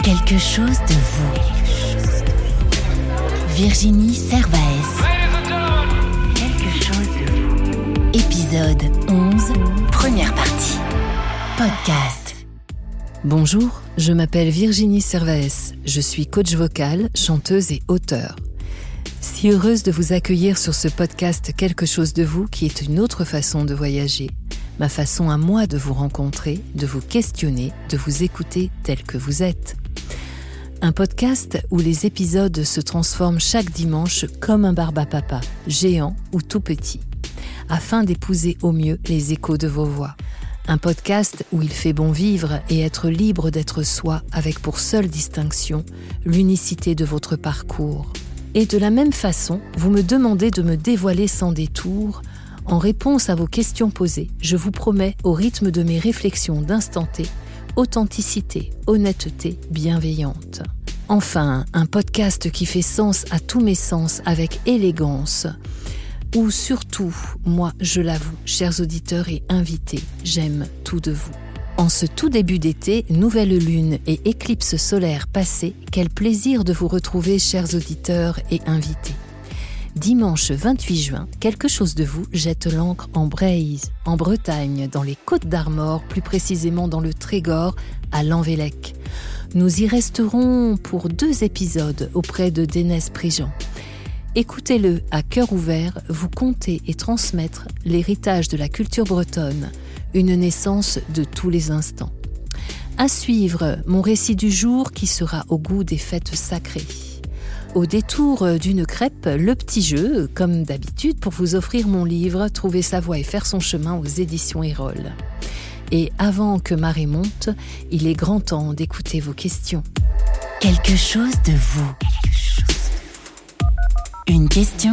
Quelque chose de vous. Virginie Servaes. Quelque chose de vous. Épisode 11, première partie. Podcast. Bonjour, je m'appelle Virginie Servaes. Je suis coach vocal, chanteuse et auteure. Si heureuse de vous accueillir sur ce podcast Quelque chose de vous, qui est une autre façon de voyager. Ma façon à moi de vous rencontrer, de vous questionner, de vous écouter tel que vous êtes. Un podcast où les épisodes se transforment chaque dimanche comme un barbapapa, géant ou tout petit, afin d'épouser au mieux les échos de vos voix. Un podcast où il fait bon vivre et être libre d'être soi avec pour seule distinction l'unicité de votre parcours. Et de la même façon, vous me demandez de me dévoiler sans détour. En réponse à vos questions posées, je vous promets, au rythme de mes réflexions d'instant T, authenticité, honnêteté, bienveillante. Enfin, un podcast qui fait sens à tous mes sens avec élégance, où surtout, moi, je l'avoue, chers auditeurs et invités, j'aime tout de vous. En ce tout début d'été, nouvelle lune et éclipse solaire passée, quel plaisir de vous retrouver, chers auditeurs et invités. Dimanche 28 juin, Quelque chose de vous jette l'ancre en Breizh, en Bretagne, dans les Côtes d'Armor, plus précisément dans le Trégor, à Lanvellec. Nous y resterons pour 2 épisodes auprès de Dénès Prigent. Écoutez-le à cœur ouvert, vous conter et transmettre l'héritage de la culture bretonne, une naissance de tous les instants. À suivre, mon récit du jour qui sera au goût des fêtes sacrées. Au détour d'une crêpe, le petit jeu, comme d'habitude, pour vous offrir mon livre « Trouver sa voie et faire son chemin » aux éditions Erol. Et avant que marée monte, il est grand temps d'écouter vos questions. Quelque chose de vous. Une question,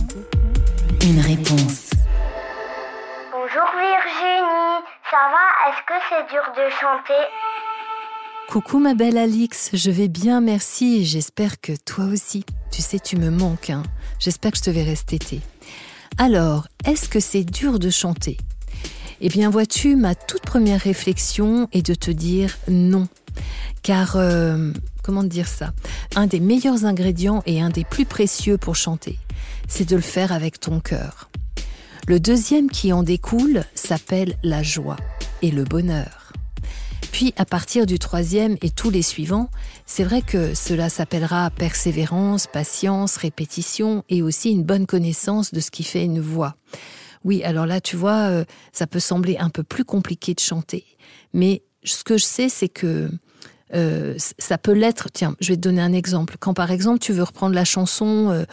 une réponse. Bonjour Virginie, ça va? Est-ce que c'est dur de chanter? Coucou ma belle Alix, je vais bien, merci, et j'espère que toi aussi. Tu sais, tu me manques, hein. J'espère que je te verrai cet été. Alors, est-ce que c'est dur de chanter? Eh bien, vois-tu, ma toute première réflexion est de te dire non. Car, comment dire ça? Un des meilleurs ingrédients et un des plus précieux pour chanter, c'est de le faire avec ton cœur. Le deuxième qui en découle s'appelle la joie et le bonheur. Puis, à partir du 3e et tous les suivants, c'est vrai que cela s'appellera persévérance, patience, répétition et aussi une bonne connaissance de ce qui fait une voix. Oui, alors là, tu vois, ça peut sembler un peu plus compliqué de chanter. Mais ce que je sais, c'est que ça peut l'être. Tiens, je vais te donner un exemple. Quand, par exemple, tu veux reprendre la chanson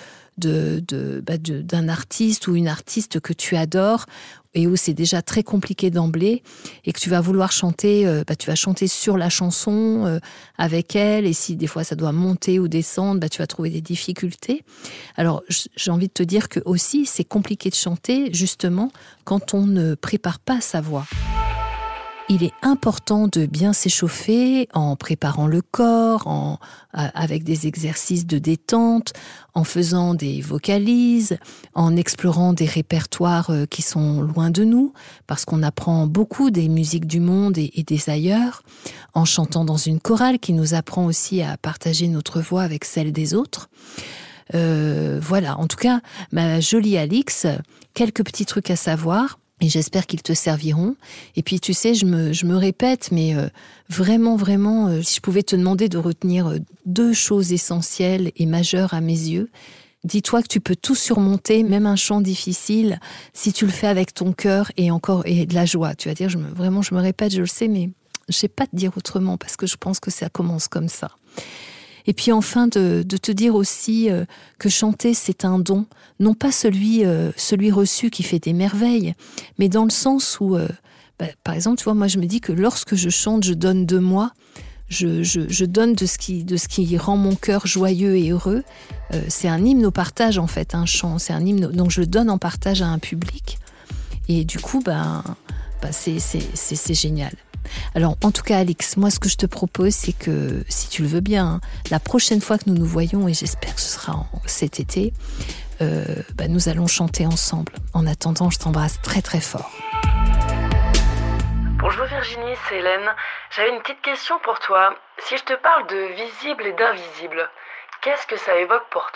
d'un artiste ou une artiste que tu adores et où c'est déjà très compliqué d'emblée et que tu vas vouloir chanter, tu vas chanter sur la chanson avec elle, et si des fois ça doit monter ou descendre, tu vas trouver des difficultés. Alors j'ai envie de te dire que aussi c'est compliqué de chanter justement quand on ne prépare pas sa voix. Il est important de bien s'échauffer en préparant le corps, avec des exercices de détente, en faisant des vocalises, en explorant des répertoires qui sont loin de nous, parce qu'on apprend beaucoup des musiques du monde et des ailleurs, en chantant dans une chorale qui nous apprend aussi à partager notre voix avec celle des autres. Voilà, en tout cas, ma jolie Alix, quelques petits trucs à savoir. Et j'espère qu'ils te serviront. Et puis, tu sais, je me répète, mais vraiment, si je pouvais te demander de retenir 2 choses essentielles et majeures à mes yeux, dis-toi que tu peux tout surmonter, même un chant difficile, si tu le fais avec ton cœur et de la joie. Tu vas dire, je me répète, je le sais, mais je ne sais pas te dire autrement parce que je pense que ça commence comme ça. Et puis enfin, de te dire aussi que chanter, c'est un don. Non pas celui reçu qui fait des merveilles, mais dans le sens où, par exemple, tu vois, moi je me dis que lorsque je chante, je donne de moi, je donne de ce qui rend mon cœur joyeux et heureux. C'est un hymne au partage en fait, un chant. C'est un hymne, donc je le donne en partage à un public. Et du coup, c'est génial. Alors, en tout cas, Alix, moi, ce que je te propose, c'est que, si tu le veux bien, la prochaine fois que nous nous voyons, et j'espère que ce sera cet été, nous allons chanter ensemble. En attendant, je t'embrasse très très fort. Bonjour Virginie, c'est Hélène. J'avais une petite question pour toi. Si je te parle de visible et d'invisible, qu'est-ce que ça évoque pour toi ?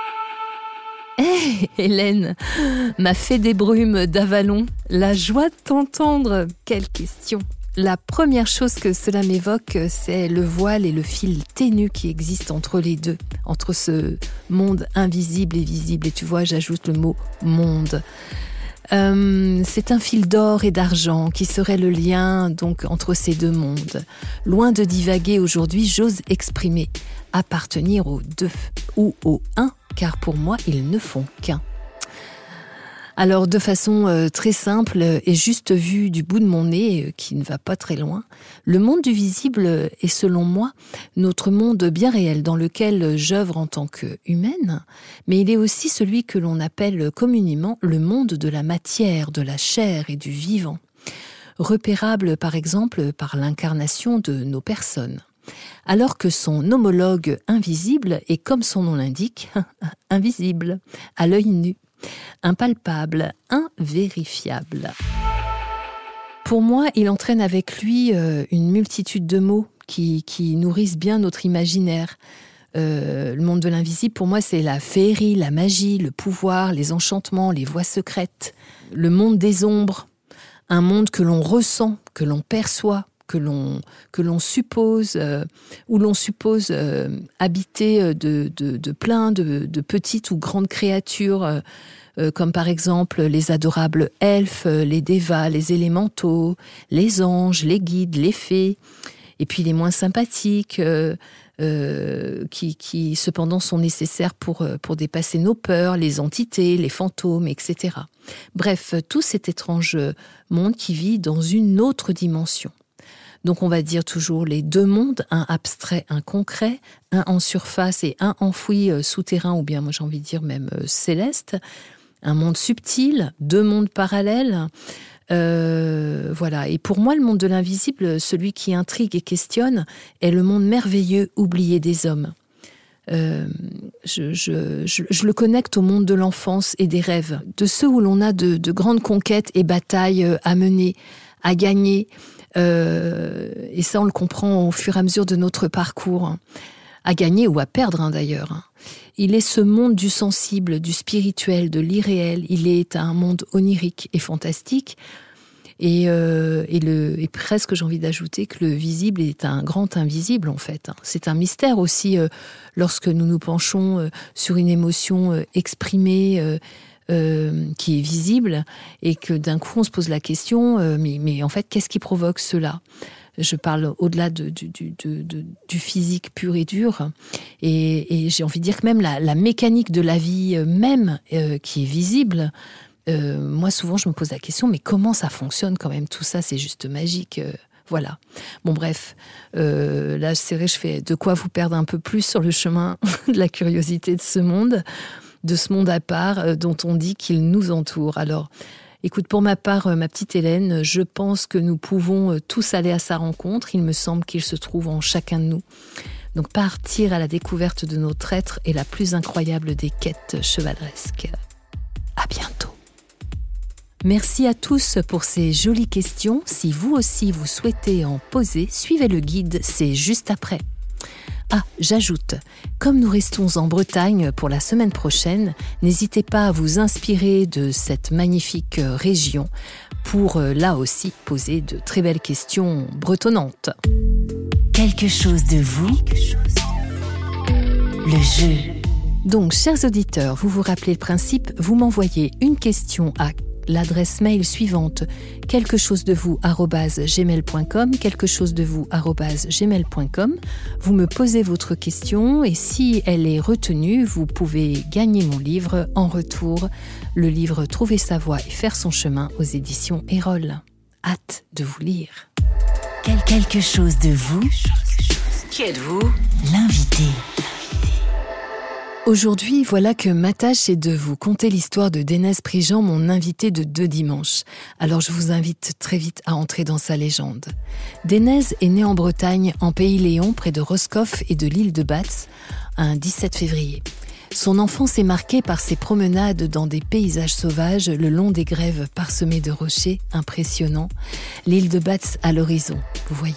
Hé, Hélène, ma fée des brumes d'Avalon, la joie de t'entendre. Quelle question! La première chose que cela m'évoque, c'est le voile et le fil ténu qui existe entre les deux, entre ce monde invisible et visible. Et tu vois, j'ajoute le mot « monde ». C'est un fil d'or et d'argent qui serait le lien donc entre ces deux mondes. Loin de divaguer aujourd'hui, j'ose exprimer appartenir aux deux ou aux un, car pour moi, ils ne font qu'un. Alors, de façon très simple et juste vue du bout de mon nez, qui ne va pas très loin, le monde du visible est, selon moi, notre monde bien réel dans lequel j'œuvre en tant qu'humaine, mais il est aussi celui que l'on appelle communément le monde de la matière, de la chair et du vivant, repérable par exemple par l'incarnation de nos personnes. Alors que son homologue invisible est, comme son nom l'indique, invisible, à l'œil nu. Impalpable, invérifiable. Pour moi, il entraîne avec lui une multitude de mots qui nourrissent bien notre imaginaire. Le monde de l'invisible, pour moi, c'est la féerie, la magie, le pouvoir, les enchantements, les voies secrètes. Le monde des ombres, un monde que l'on ressent, que l'on perçoit, que l'on suppose, où l'on suppose habiter de plein de petites ou grandes créatures, comme par exemple les adorables elfes, les dévas, les élémentaux, les anges, les guides, les fées, et puis les moins sympathiques, qui cependant sont nécessaires pour dépasser nos peurs, les entités, les fantômes, etc. Bref, tout cet étrange monde qui vit dans une autre dimension. Donc on va dire toujours les deux mondes, un abstrait, un concret, un en surface et un enfoui souterrain, ou bien moi j'ai envie de dire même céleste, un monde subtil, deux mondes parallèles. Voilà. Et pour moi, le monde de l'invisible, celui qui intrigue et questionne, est le monde merveilleux oublié des hommes. Je le connecte au monde de l'enfance et des rêves, de ceux où l'on a de grandes conquêtes et batailles à mener, à gagner. Et ça, on le comprend au fur et à mesure de notre parcours, à gagner ou à perdre d'ailleurs. Il est ce monde du sensible, du spirituel, de l'irréel. Il est un monde onirique et fantastique. Et presque, j'ai envie d'ajouter que le visible est un grand invisible, en fait. C'est un mystère aussi lorsque nous nous penchons sur une émotion exprimée qui est visible, et que d'un coup on se pose la question mais en fait qu'est-ce qui provoque cela ? Je parle au-delà du physique pur et dur, et j'ai envie de dire que même la mécanique de la vie même qui est visible, moi souvent je me pose la question, mais comment ça fonctionne quand même tout ça ? C'est juste magique. Voilà. Bon bref, là c'est vrai, je fais de quoi vous perdre un peu plus sur le chemin de la curiosité de ce monde à part dont on dit qu'il nous entoure. Alors, écoute, pour ma part, ma petite Hélène, je pense que nous pouvons tous aller à sa rencontre. Il me semble qu'il se trouve en chacun de nous. Donc, partir à la découverte de notre être est la plus incroyable des quêtes chevaleresques. À bientôt. Merci à tous pour ces jolies questions. Si vous aussi vous souhaitez en poser, suivez le guide, c'est juste après. Ah, j'ajoute, comme nous restons en Bretagne pour la semaine prochaine, n'hésitez pas à vous inspirer de cette magnifique région pour, là aussi, poser de très belles questions bretonnantes. Quelque chose de vous, le jeu. Donc, chers auditeurs, vous vous rappelez le principe, vous m'envoyez une question à l'adresse mail suivante, quelquechosede-vous@gmail.com. Vous me posez votre question et si elle est retenue, vous pouvez gagner mon livre en retour, le livre Trouver sa voie et faire son chemin aux éditions Erol. Hâte de vous lire. Quelque chose de vous. Qui êtes-vous ? L'invité. Aujourd'hui, voilà que ma tâche est de vous conter l'histoire de Dénès Prigent, mon invité de 2 dimanches. Alors je vous invite très vite à entrer dans sa légende. Dénès est né en Bretagne, en Pays Léon, près de Roscoff et de l'île de Batz, un 17 février. Son enfance est marquée par ses promenades dans des paysages sauvages le long des grèves parsemées de rochers impressionnants, l'île de Batz à l'horizon, vous voyez ?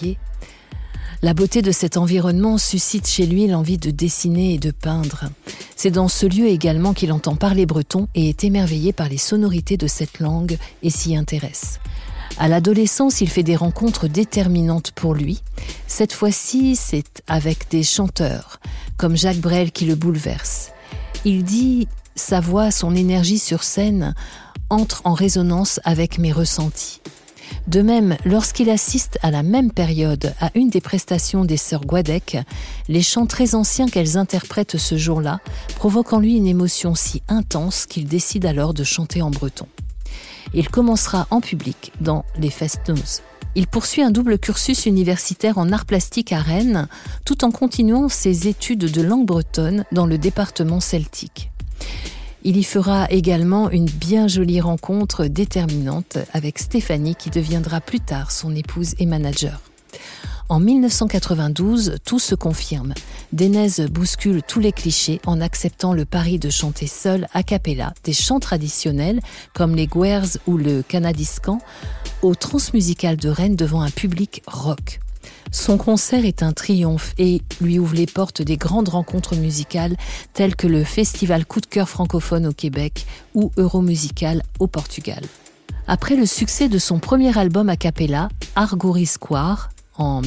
La beauté de cet environnement suscite chez lui l'envie de dessiner et de peindre. C'est dans ce lieu également qu'il entend parler breton et est émerveillé par les sonorités de cette langue et s'y intéresse. À l'adolescence, il fait des rencontres déterminantes pour lui. Cette fois-ci, c'est avec des chanteurs, comme Jacques Brel qui le bouleverse. Il dit « Sa voix, son énergie sur scène entrent en résonance avec mes ressentis ». De même, lorsqu'il assiste à la même période à une des prestations des sœurs Guadec, les chants très anciens qu'elles interprètent ce jour-là provoquent en lui une émotion si intense qu'il décide alors de chanter en breton. Il commencera en public dans les Festnoz. Il poursuit un double cursus universitaire en arts plastiques à Rennes, tout en continuant ses études de langue bretonne dans le département celtique. Il y fera également une bien jolie rencontre déterminante avec Stéphanie qui deviendra plus tard son épouse et manager. En 1992, tout se confirme. Denez bouscule tous les clichés en acceptant le pari de chanter seul a cappella des chants traditionnels comme les Guers ou le Canadiscan au Transmusical de Rennes devant un public rock. Son concert est un triomphe et lui ouvre les portes des grandes rencontres musicales telles que le Festival Coup de cœur francophone au Québec ou Euromusical au Portugal. Après le succès de son premier album a cappella, Argorisquar, en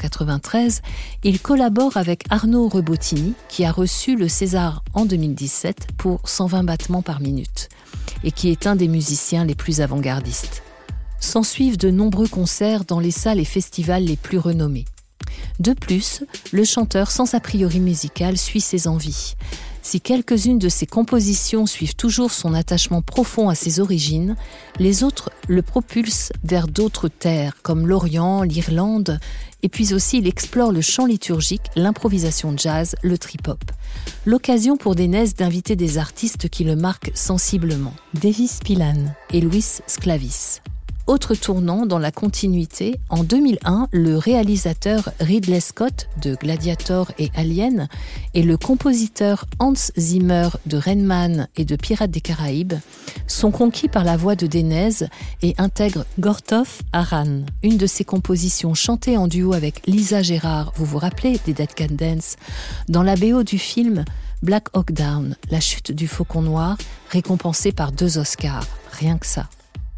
1993, il collabore avec Arnaud Rebottini qui a reçu le César en 2017 pour 120 battements par minute et qui est un des musiciens les plus avant-gardistes. S'ensuivent de nombreux concerts dans les salles et festivals les plus renommés. De plus, le chanteur sans a priori musical suit ses envies. Si quelques-unes de ses compositions suivent toujours son attachement profond à ses origines, les autres le propulsent vers d'autres terres comme l'Orient, l'Irlande, et puis aussi il explore le chant liturgique, l'improvisation jazz, le trip-hop. L'occasion pour Denez d'inviter des artistes qui le marquent sensiblement, Davis Pillan et Luis Sclavis. Autre tournant dans la continuité, en 2001, le réalisateur Ridley Scott de Gladiator et Alien et le compositeur Hans Zimmer de Rain Man et de Pirates des Caraïbes sont conquis par la voix de Denez et intègrent Gortov Aran, une de ses compositions chantées en duo avec Lisa Gérard, vous vous rappelez des Dead Can Dance, dans la BO du film Black Hawk Down, la chute du faucon noir, récompensé par 2 Oscars, rien que ça.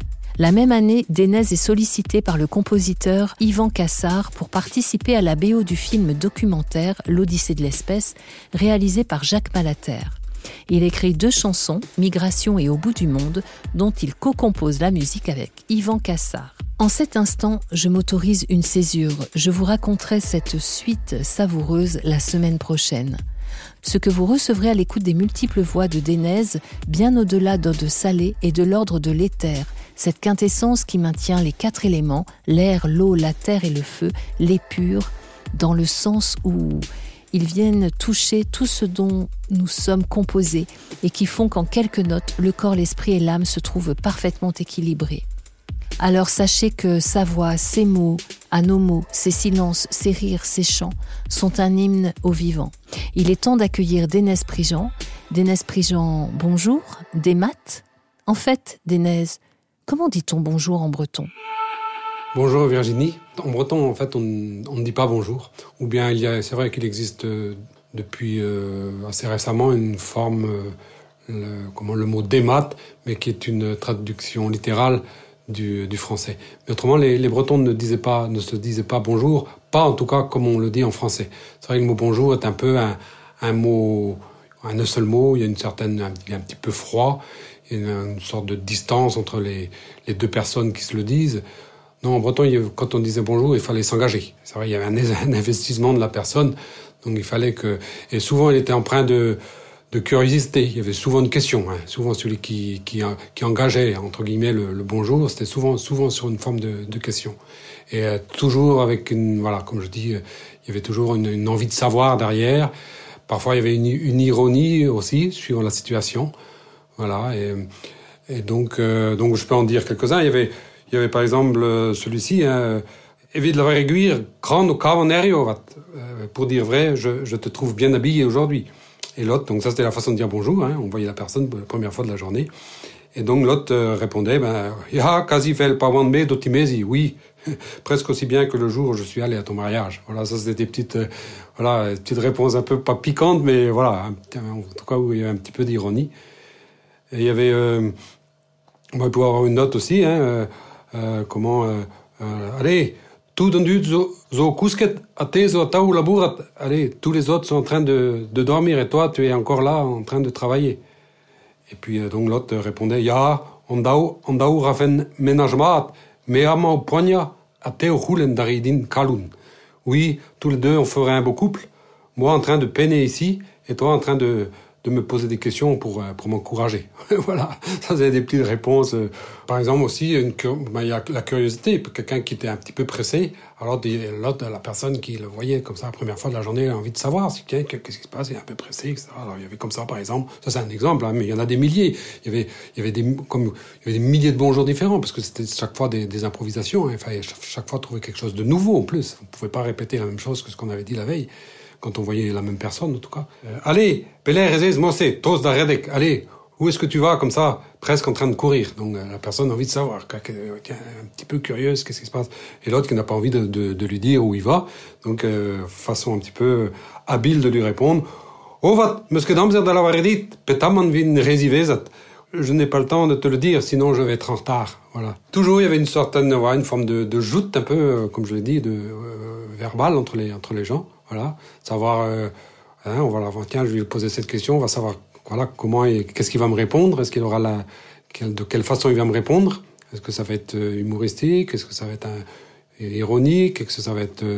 La même année, Denez est sollicité par le compositeur Ivan Cassar pour participer à la BO du film documentaire L'Odyssée de l'espèce, réalisé par Jacques Malater. Il écrit 2 chansons, Migration et Au bout du monde, dont il co-compose la musique avec Ivan Cassar. En cet instant, je m'autorise une césure. Je vous raconterai cette suite savoureuse la semaine prochaine. Ce que vous recevrez à l'écoute des multiples voix de Denez, bien au-delà d'Ode salée et de l'ordre de l'éther, cette quintessence qui maintient les 4 éléments, l'air, l'eau, la terre et le feu, l'épure, dans le sens où ils viennent toucher tout ce dont nous sommes composés et qui font qu'en quelques notes, le corps, l'esprit et l'âme se trouvent parfaitement équilibrés. Alors sachez que sa voix, ses mots, à nos mots, ses silences, ses rires, ses chants sont un hymne au vivant. Il est temps d'accueillir Denez Prigent. Denez Prigent, bonjour. Des maths. En fait, Denez, comment dit-on bonjour en breton ? Bonjour Virginie. En breton, en fait, on ne dit pas bonjour. Ou bien, c'est vrai qu'il existe depuis assez récemment une forme, le mot démat, mais qui est une traduction littérale du français. Mais autrement, les Bretons ne se disaient pas bonjour, pas en tout cas comme on le dit en français. C'est vrai que le mot bonjour est un peu un mot, un seul mot, il y a un petit peu froid, il y a une sorte de distance entre les 2 personnes qui se le disent. Non, en breton, quand on disait bonjour, il fallait s'engager. C'est vrai, il y avait un investissement de la personne, donc il fallait que... Et souvent, il était empreint de curiosité. Il y avait souvent une question. Souvent, celui qui engageait, entre guillemets, le bonjour, c'était souvent sur une forme de question. Et toujours avec comme je dis, il y avait toujours une envie de savoir derrière. Parfois, il y avait une ironie aussi, suivant la situation. Voilà. Et donc, je peux en dire quelques-uns. Il y avait par exemple celui-ci, Evit le reguir, grand au cavonerio, pour dire vrai, je te trouve bien habillé aujourd'hui. Et l'autre, donc ça c'était la façon de dire bonjour, hein, on voyait la personne pour la première fois de la journée. Et donc l'autre répondait, ya, quasi fel pawan do timesi, oui, presque aussi bien que le jour où je suis allé à ton mariage. Voilà, ça c'était des petites réponses un peu pas piquantes, mais voilà, en tout cas où il y avait un petit peu d'ironie. Et il y avait, on va pouvoir avoir une note aussi, hein, allez, tout dondu zo kusket ate zo tau laburat, allez, tous les autres sont en train de dormir et toi tu es encore là en train de travailler. Et puis donc l'autre répondait, ya, ondau rafen menajmat, me ama au poigna, ate o hulen daridin kalun. Oui, tous les deux on ferait un beau couple, moi en train de peiner ici et toi en train de me poser des questions pour m'encourager. Voilà, ça c'est des petites réponses. Par exemple aussi, il y a la curiosité, quelqu'un qui était un petit peu pressé, alors l'autre, la personne qui le voyait comme ça la première fois de la journée, a envie de savoir si qu'est-ce qui se passe, il est un peu pressé, etc. Alors il y avait comme ça par exemple, ça c'est un exemple, hein, mais il y en a des milliers. Il y avait des milliers de bonjours différents, parce que c'était chaque fois des improvisations, hein. Il fallait chaque fois trouver quelque chose de nouveau en plus. On ne pouvait pas répéter la même chose que ce qu'on avait dit la veille. Quand on voyait la même personne, en tout cas. Allez, Pelé, Rezez, Mossé, Tos da Redek, allez, où est-ce que tu vas, comme ça, presque en train de courir. Donc la personne a envie de savoir, un petit peu curieuse, qu'est-ce qui se passe. Et l'autre qui n'a pas envie de lui dire où il va. Donc, façon un petit peu habile de lui répondre. Ovat, meske damzer da la varedit, petaman vin rezivezat. Je n'ai pas le temps de te le dire, sinon je vais être en retard. Voilà. Toujours, il y avait une forme de joute, un peu, comme je l'ai dit, verbale entre les gens. Voilà, savoir, on va voir, tiens, je vais lui poser cette question, on va savoir, voilà, comment qu'est-ce qu'il va me répondre, est-ce qu'il aura de quelle façon il va me répondre, est-ce que ça va être humoristique, est-ce que ça va être ironique, est-ce que ça va être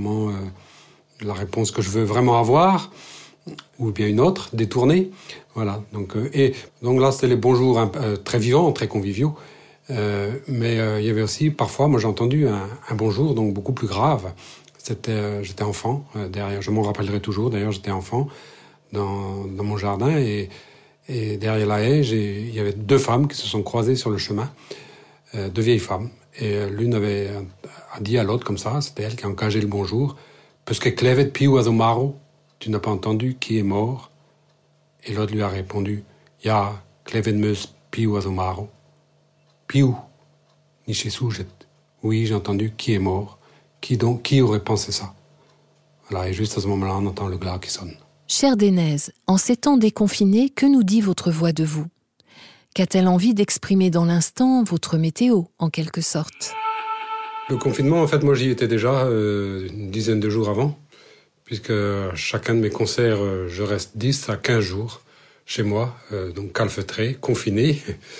la réponse que je veux vraiment avoir, ou bien une autre, détournée, voilà. Donc là, c'était les bonjours très vivants, très conviviaux, mais il y avait aussi, parfois, moi j'ai entendu un bonjour, donc beaucoup plus grave. J'étais enfant, derrière, je m'en rappellerai toujours, d'ailleurs j'étais enfant dans mon jardin et derrière la haie, il y avait deux femmes qui se sont croisées sur le chemin, deux vieilles femmes. Et l'une a dit à l'autre comme ça, c'était elle qui a engagé le bonjour, « Parce que Clevet piu azomaro, tu n'as pas entendu qui est mort ?» Et l'autre lui a répondu, « Ya, Clevet meus piu azomaro. Piu, ni chez Soujet. Oui, j'ai entendu qui est mort. » Qui aurait pensé ça? Voilà, et juste à ce moment-là, on entend le glas qui sonne. Chère Dénèse, en ces temps déconfinés, que nous dit votre voix de vous? Qu'a-t-elle envie d'exprimer dans l'instant votre météo, en quelque sorte? Le confinement, en fait, moi j'y étais déjà une dizaine de jours avant, puisque chacun de mes concerts, je reste 10 à 15 jours chez moi, donc calfeutré, confiné.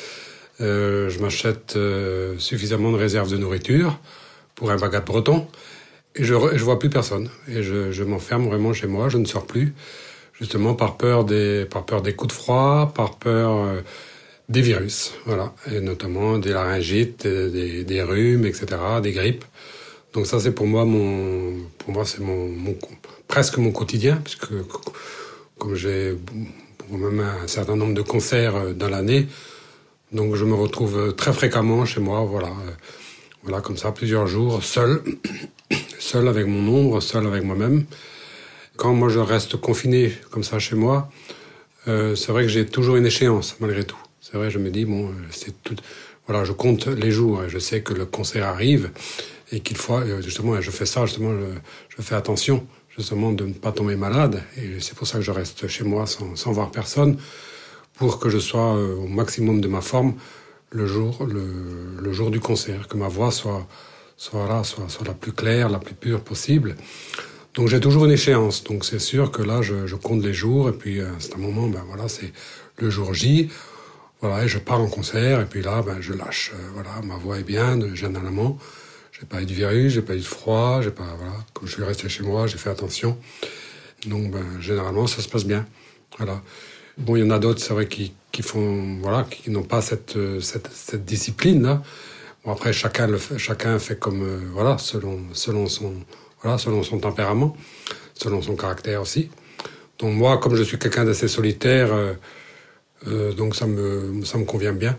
Je m'achète suffisamment de réserves de nourriture pour un bagat breton, et je vois plus personne. Et je m'enferme vraiment chez moi, je ne sors plus, justement par peur des coups de froid, par peur des virus, voilà, et notamment des laryngites, des rhumes, etc., des grippes. Donc ça, c'est pour moi c'est presque mon quotidien, puisque comme j'ai même un certain nombre de concerts dans l'année, donc je me retrouve très fréquemment chez moi, voilà, comme ça, plusieurs jours, seul avec mon ombre, seul avec moi-même. Quand moi je reste confiné comme ça chez moi, c'est vrai que j'ai toujours une échéance, malgré tout. C'est vrai, je me dis, bon, c'est tout. Voilà, je compte les jours et je sais que le concert arrive et qu'il faut, justement, je fais ça, justement, je fais attention, justement, de ne pas tomber malade. Et c'est pour ça que je reste chez moi sans voir personne, pour que je sois au maximum de ma forme le jour du concert, que ma voix soit la plus claire, la plus pure possible. Donc j'ai toujours une échéance, donc c'est sûr que là je compte les jours, et puis c'est un moment, c'est le jour J, voilà, et je pars en concert, et puis là je lâche, ma voix est bien, généralement, j'ai pas eu de virus, j'ai pas eu de froid, comme je suis resté chez moi, j'ai fait attention, donc généralement ça se passe bien, voilà. Bon, il y en a d'autres, c'est vrai, qui n'ont pas cette discipline là. Bon, après chacun fait comme selon son tempérament, selon son caractère aussi. Donc moi, comme je suis quelqu'un d'assez solitaire, donc ça me convient bien.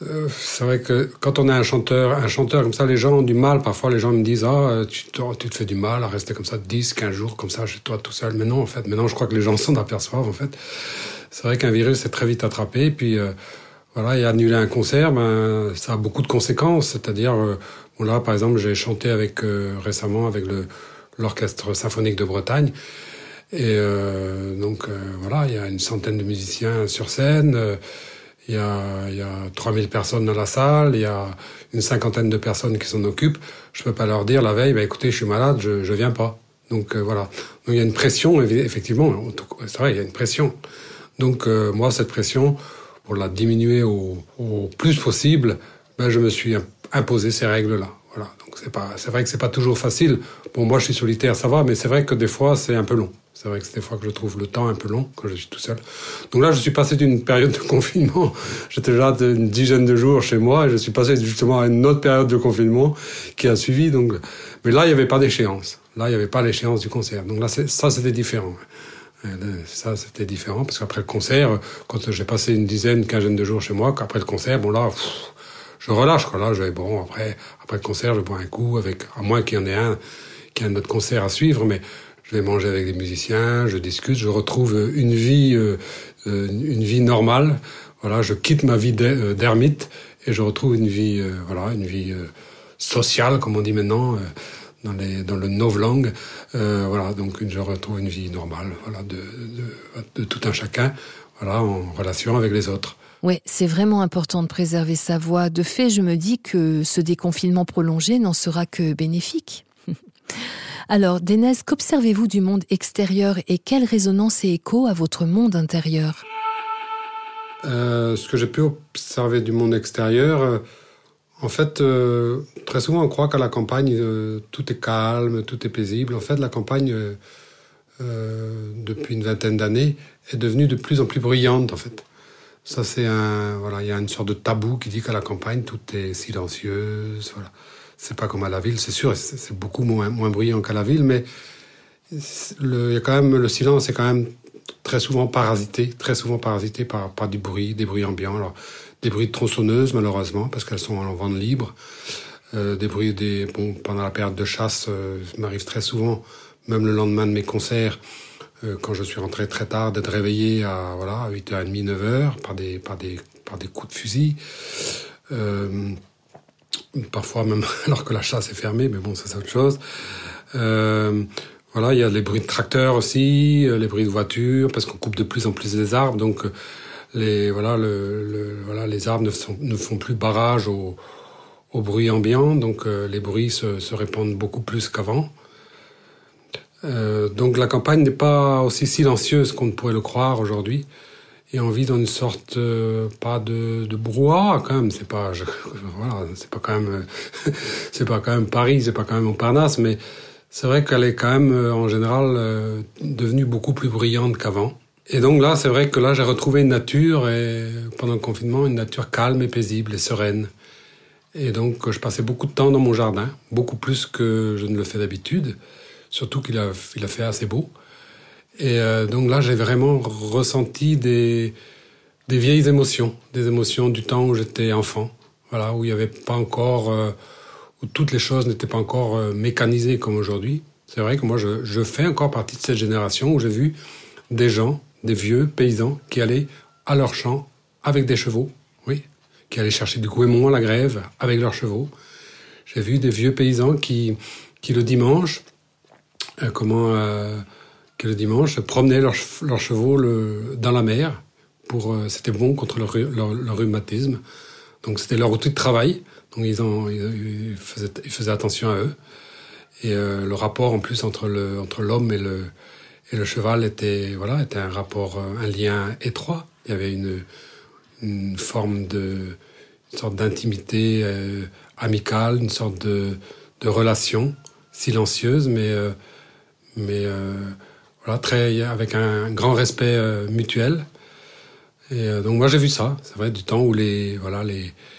C'est vrai que quand on a un chanteur comme ça, les gens ont du mal. Parfois, les gens me disent tu te fais du mal à rester comme ça 10, 15 jours comme ça chez toi tout seul. Mais non, en fait, maintenant, je crois que les gens s'en aperçoivent. En fait, c'est vrai qu'un virus est très vite attrapé. Et puis, voilà, et annuler un concert, ça a beaucoup de conséquences. C'est-à-dire, là, par exemple, j'ai chanté récemment avec l'Orchestre Symphonique de Bretagne. Et donc, voilà, il y a une centaine de musiciens sur scène. Il y a 3000 personnes dans la salle, il y a une cinquantaine de personnes qui s'en occupent. Je peux pas leur dire la veille, écoutez, je suis malade, je viens pas. Donc voilà. Donc il y a une pression, effectivement. C'est vrai, il y a une pression. Donc moi, cette pression, pour la diminuer au plus possible, je me suis imposé ces règles-là. Voilà. Donc c'est vrai que c'est pas toujours facile. Bon, moi, je suis solitaire, ça va, mais c'est vrai que des fois, c'est un peu long. C'est vrai que c'est des fois que je trouve le temps un peu long quand je suis tout seul. Donc là, je suis passé d'une période de confinement. J'étais déjà une dizaine de jours chez moi et je suis passé justement à une autre période de confinement qui a suivi. Donc, mais là, il n'y avait pas d'échéance. Là, il n'y avait pas l'échéance du concert. Donc là, ça, c'était différent. Ça, c'était différent parce qu'après le concert, quand j'ai passé une quinzaine de jours chez moi, qu'après le concert, je relâche. Quoi. Là, après le concert, je bois un coup à moins qu'il y en ait qu'il y ait un autre concert à suivre, mais je vais manger avec des musiciens, je discute, je retrouve une vie normale. Voilà, je quitte ma vie d'ermite et je retrouve une vie sociale, comme on dit maintenant, dans le novlangue. Voilà, donc je retrouve une vie normale, voilà, de tout un chacun, voilà, en relation avec les autres. Oui, c'est vraiment important de préserver sa voix. De fait, je me dis que ce déconfinement prolongé n'en sera que bénéfique. Alors, Dénès, qu'observez-vous du monde extérieur et quelle résonance et écho à votre monde intérieur ? Ce que j'ai pu observer du monde extérieur, en fait, très souvent on croit qu'à la campagne, tout est calme, tout est paisible. En fait, la campagne, depuis une vingtaine d'années, est devenue de plus en plus bruyante, en fait. Ça, il y a une sorte de tabou qui dit qu'à la campagne, tout est silencieux, voilà. C'est pas comme à la ville, c'est sûr, c'est beaucoup moins bruyant qu'à la ville, mais le silence est quand même très souvent parasité par du bruit, des bruits ambiants. Alors, des bruits de tronçonneuses, malheureusement, parce qu'elles sont en vente libre. Des bruits, pendant la période de chasse, ça m'arrive très souvent, même le lendemain de mes concerts, quand je suis rentré très tard, d'être réveillé à 8h30, 9h, par des coups de fusil. Parfois même alors que la chasse est fermée, mais bon, ça c'est autre chose. Voilà, il y a les bruits de tracteurs aussi, les bruits de voitures, parce qu'on coupe de plus en plus les arbres, donc les arbres ne font plus barrage au bruit ambiant, donc les bruits se répandent beaucoup plus qu'avant. Donc la campagne n'est pas aussi silencieuse qu'on ne pourrait le croire aujourd'hui. Et on vit dans une sorte pas de brouhaha quand même. C'est pas quand même Paris, c'est pas quand même Montparnasse, mais c'est vrai qu'elle est quand même en général devenue beaucoup plus bruyante qu'avant. Et donc là, c'est vrai que là j'ai retrouvé une nature et pendant le confinement une nature calme et paisible et sereine. Et donc je passais beaucoup de temps dans mon jardin, beaucoup plus que je ne le fais d'habitude. Surtout qu'il a fait assez beau. Et donc là, j'ai vraiment ressenti des vieilles émotions, des émotions du temps où j'étais enfant, voilà, où il y avait pas encore, où toutes les choses n'étaient pas encore mécanisées comme aujourd'hui. C'est vrai que moi, je fais encore partie de cette génération où j'ai vu des gens, des vieux paysans qui allaient à leur champ avec des chevaux, oui, qui allaient chercher du goémon à la grève avec leurs chevaux. J'ai vu des vieux paysans qui le dimanche, le dimanche, promenaient leurs chevaux dans la mer. C'était bon contre leur rhumatisme. Donc c'était leur outil de travail. Donc ils faisaient attention à eux. Et le rapport en plus entre l'homme et le cheval était un rapport, un lien étroit. Il y avait une sorte d'intimité amicale, une sorte de relation silencieuse, mais avec un grand respect mutuel. Et donc moi j'ai vu ça, c'est vrai, du temps où les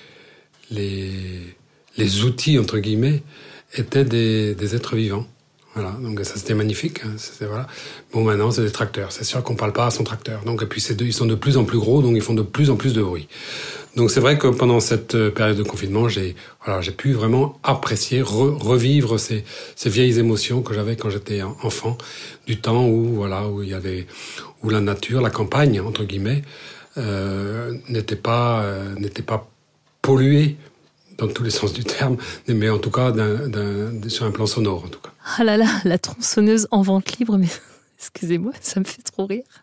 outils entre guillemets étaient des êtres vivants. Voilà, donc ça c'était magnifique. Hein, voilà. Bon, maintenant c'est des tracteurs. C'est sûr qu'on parle pas à son tracteur. Donc et puis ils sont de plus en plus gros, donc ils font de plus en plus de bruit. Donc c'est vrai que pendant cette période de confinement, j'ai pu vraiment apprécier, revivre ces vieilles émotions que j'avais quand j'étais enfant, du temps où la nature, la campagne entre guillemets, n'était pas polluée dans tous les sens du terme, mais en tout cas sur un plan sonore en tout cas. Ah là là, la tronçonneuse en vente libre, mais excusez-moi, ça me fait trop rire.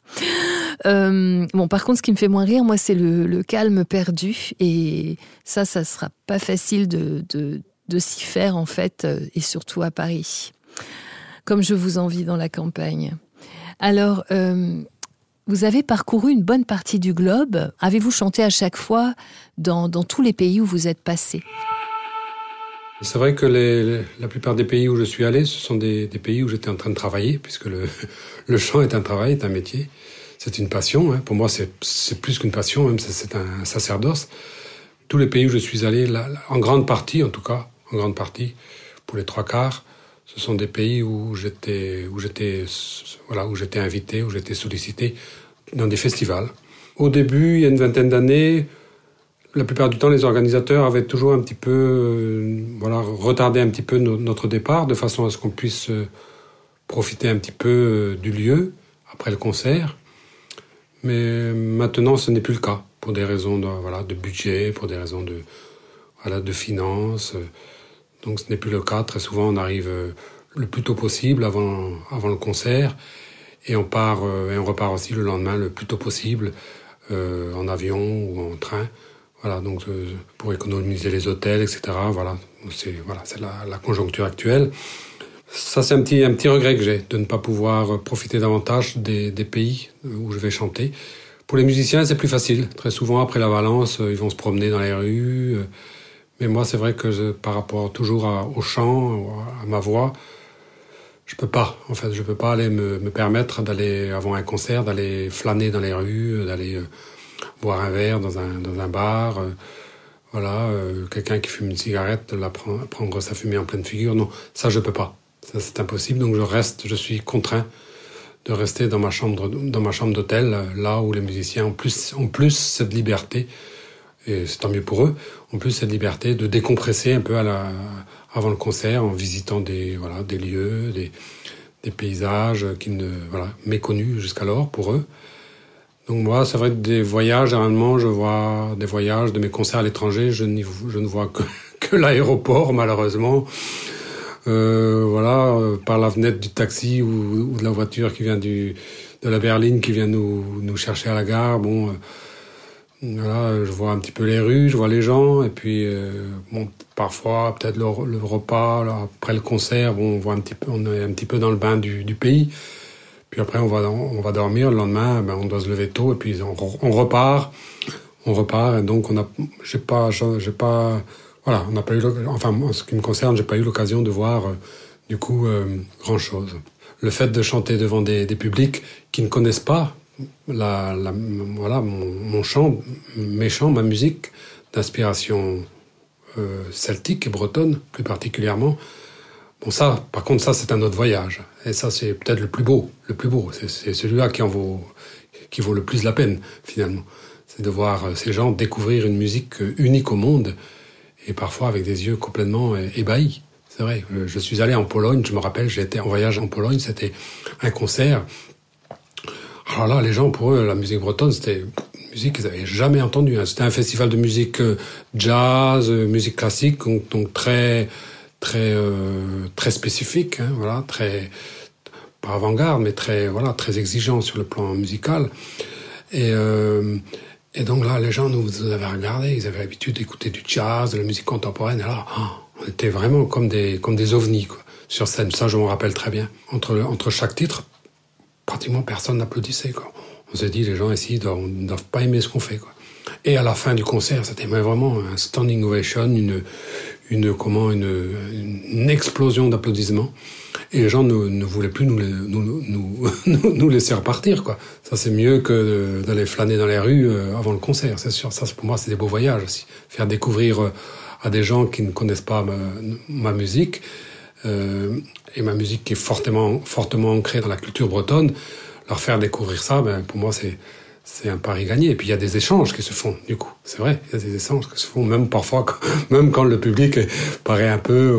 Bon, par contre, ce qui me fait moins rire, moi, c'est le calme perdu. Et ça sera pas facile de s'y faire, en fait, et surtout à Paris. Comme je vous envie dans la campagne. Alors, vous avez parcouru une bonne partie du globe. Avez-vous chanté à chaque fois dans tous les pays où vous êtes passé ? C'est vrai que la plupart des pays où je suis allé, ce sont des pays où j'étais en train de travailler, puisque le chant est un travail, est un métier. C'est une passion. Hein. Pour moi, c'est plus qu'une passion, même c'est un sacerdoce. Tous les pays où je suis allé, en grande partie, pour les 3/4, ce sont des pays où j'étais invité, où j'étais sollicité dans des festivals. Au début, il y a une vingtaine d'années, la plupart du temps, les organisateurs avaient toujours un petit peu, retardé un petit peu notre départ, de façon à ce qu'on puisse profiter un petit peu du lieu après le concert. Mais maintenant, ce n'est plus le cas, pour des raisons de budget, pour des raisons de finances. Donc, ce n'est plus le cas. Très souvent, on arrive le plus tôt possible avant le concert, et on repart aussi le lendemain le plus tôt possible, en avion ou en train. Voilà, donc pour économiser les hôtels, etc. Voilà, c'est la conjoncture actuelle. Ça, c'est un petit regret que j'ai, de ne pas pouvoir profiter davantage des pays où je vais chanter. Pour les musiciens, c'est plus facile. Très souvent, après la Valence, ils vont se promener dans les rues. Mais moi, c'est vrai que par rapport toujours au chant, à ma voix, je peux pas aller me permettre d'aller, avant un concert, d'aller flâner dans les rues, d'aller boire un verre dans un bar, quelqu'un qui fume une cigarette, prendre sa fumée en pleine figure. Non, ça je peux pas. Ça c'est impossible. Donc je suis contraint de rester dans ma chambre d'hôtel, là où les musiciens ont plus cette liberté, et c'est tant mieux pour eux, ont plus cette liberté de décompresser un peu avant le concert, en visitant des lieux, des paysages méconnus jusqu'alors pour eux. Donc moi, c'est vrai que des voyages, généralement, je vois des voyages de mes concerts à l'étranger, je ne vois que l'aéroport, malheureusement. Par la fenêtre du taxi ou de la voiture qui vient de la berline, qui vient nous chercher à la gare. Je vois un petit peu les rues, je vois les gens, et puis parfois peut-être le repas, là, après le concert, on est un petit peu dans le bain du pays. Puis après, on va dormir. Le lendemain, on doit se lever tôt, et puis on repart. Et donc, on n'a pas eu, en ce qui me concerne, j'ai pas eu l'occasion de voir, grand chose. Le fait de chanter devant des publics qui ne connaissent pas mon chant, mes chants, ma musique d'inspiration celtique et bretonne, plus particulièrement. Bon, ça, par contre, ça, c'est un autre voyage. Et ça, c'est peut-être le plus beau. C'est celui-là qui vaut le plus la peine, finalement. C'est de voir ces gens découvrir une musique unique au monde, et parfois avec des yeux complètement ébahis. C'est vrai. Je suis allé en Pologne, je me rappelle, j'ai été en voyage en Pologne, c'était un concert. Alors là, les gens, pour eux, la musique bretonne, c'était une musique qu'ils n'avaient jamais entendue. Hein. C'était un festival de musique jazz, musique classique, donc très spécifique, hein, très, pas avant-garde, mais très exigeant sur le plan musical. Et donc là, les gens nous avaient regardés, ils avaient l'habitude d'écouter du jazz, de la musique contemporaine, et là, on était vraiment comme des ovnis, quoi, sur scène. Ça, je m'en rappelle très bien. Entre chaque titre, pratiquement personne n'applaudissait, quoi. On s'est dit, les gens ici ne doivent pas aimer ce qu'on fait, quoi. Et à la fin du concert, c'était vraiment un standing ovation, une explosion d'applaudissements. Et les gens ne voulaient plus nous laisser repartir, quoi. Ça, c'est mieux que d'aller flâner dans les rues avant le concert, c'est sûr. Ça, pour moi, c'est des beaux voyages aussi. Faire découvrir à des gens qui ne connaissent pas ma musique, et ma musique qui est fortement ancrée dans la culture bretonne, leur faire découvrir ça, pour moi, c'est un pari gagné. Et puis, il y a des échanges qui se font, du coup. C'est vrai, il y a des échanges qui se font, même parfois, même quand le public paraît un peu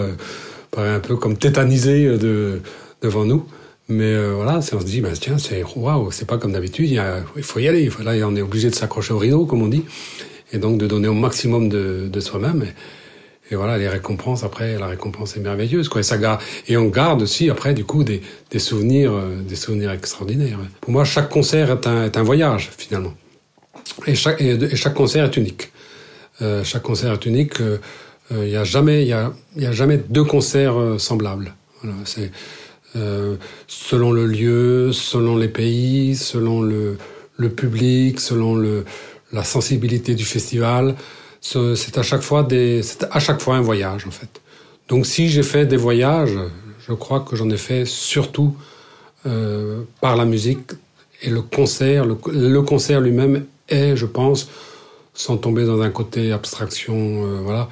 comme tétanisé devant nous. Mais on se dit, tiens, c'est pas comme d'habitude, il faut y aller. Là, on est obligé de s'accrocher au rideau, comme on dit, et donc de donner au maximum de soi-même. Et voilà, la récompense est merveilleuse, quoi. Et on garde aussi, après, du coup, des souvenirs extraordinaires. Pour moi, chaque concert est un voyage, finalement. Et chaque concert est unique. Chaque concert est unique. Il y a jamais deux concerts semblables. Voilà, c'est selon le lieu, selon les pays, selon le public, selon la sensibilité du festival. C'est à chaque fois un voyage, en fait. Donc, si j'ai fait des voyages, je crois que j'en ai fait surtout par la musique et le concert. Le concert lui-même est, je pense, sans tomber dans un côté abstraction,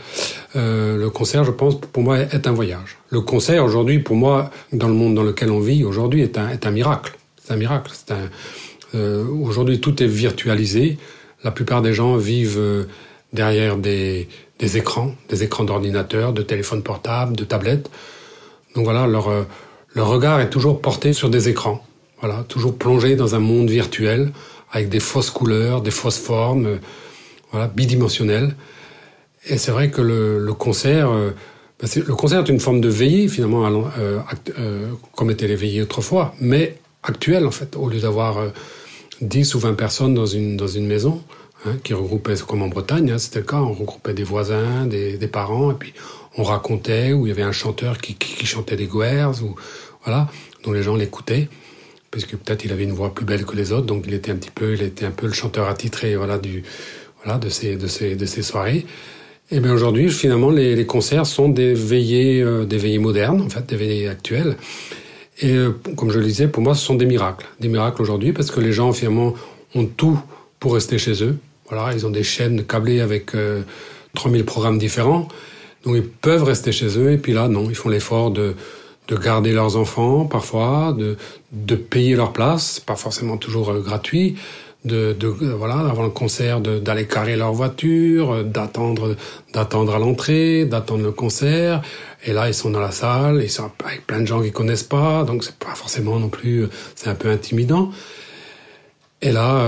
le concert, je pense, pour moi, est un voyage. Le concert, aujourd'hui, pour moi, dans le monde dans lequel on vit, aujourd'hui, est un miracle. C'est un miracle. Aujourd'hui, tout est virtualisé. La plupart des gens vivent derrière des écrans d'ordinateur, de téléphones portables, de tablettes. Donc voilà, leur regard est toujours porté sur des écrans. Voilà, toujours plongé dans un monde virtuel avec des fausses couleurs, des fausses formes, bidimensionnelles. Et c'est vrai que le concert est une forme de veillée finalement, comme étaient les veillées autrefois, mais actuelle en fait, au lieu d'avoir 10 ou 20 personnes dans une maison. Qui regroupaient, comme en Bretagne, c'était le cas, on regroupait des voisins, des parents, et puis on racontait, où il y avait un chanteur qui chantait des guers, dont les gens l'écoutaient, parce que peut-être il avait une voix plus belle que les autres, donc il était un peu le chanteur attitré, de ces soirées. Et bien aujourd'hui, finalement, les concerts sont des veillées modernes, en fait, des veillées actuelles. Et comme je le disais, pour moi, ce sont des miracles aujourd'hui, parce que les gens, finalement, ont tout pour rester chez eux. Voilà, ils ont des chaînes câblées avec 3000 programmes différents. Donc, ils peuvent rester chez eux. Et puis là, non, ils font l'effort de garder leurs enfants, parfois, de payer leur place, pas forcément toujours gratuit, avant le concert, d'aller carrer leur voiture, d'attendre à l'entrée, d'attendre le concert. Et là, ils sont dans la salle, ils sont avec plein de gens qu'ils connaissent pas. Donc, c'est pas forcément non plus, c'est un peu intimidant. Et là,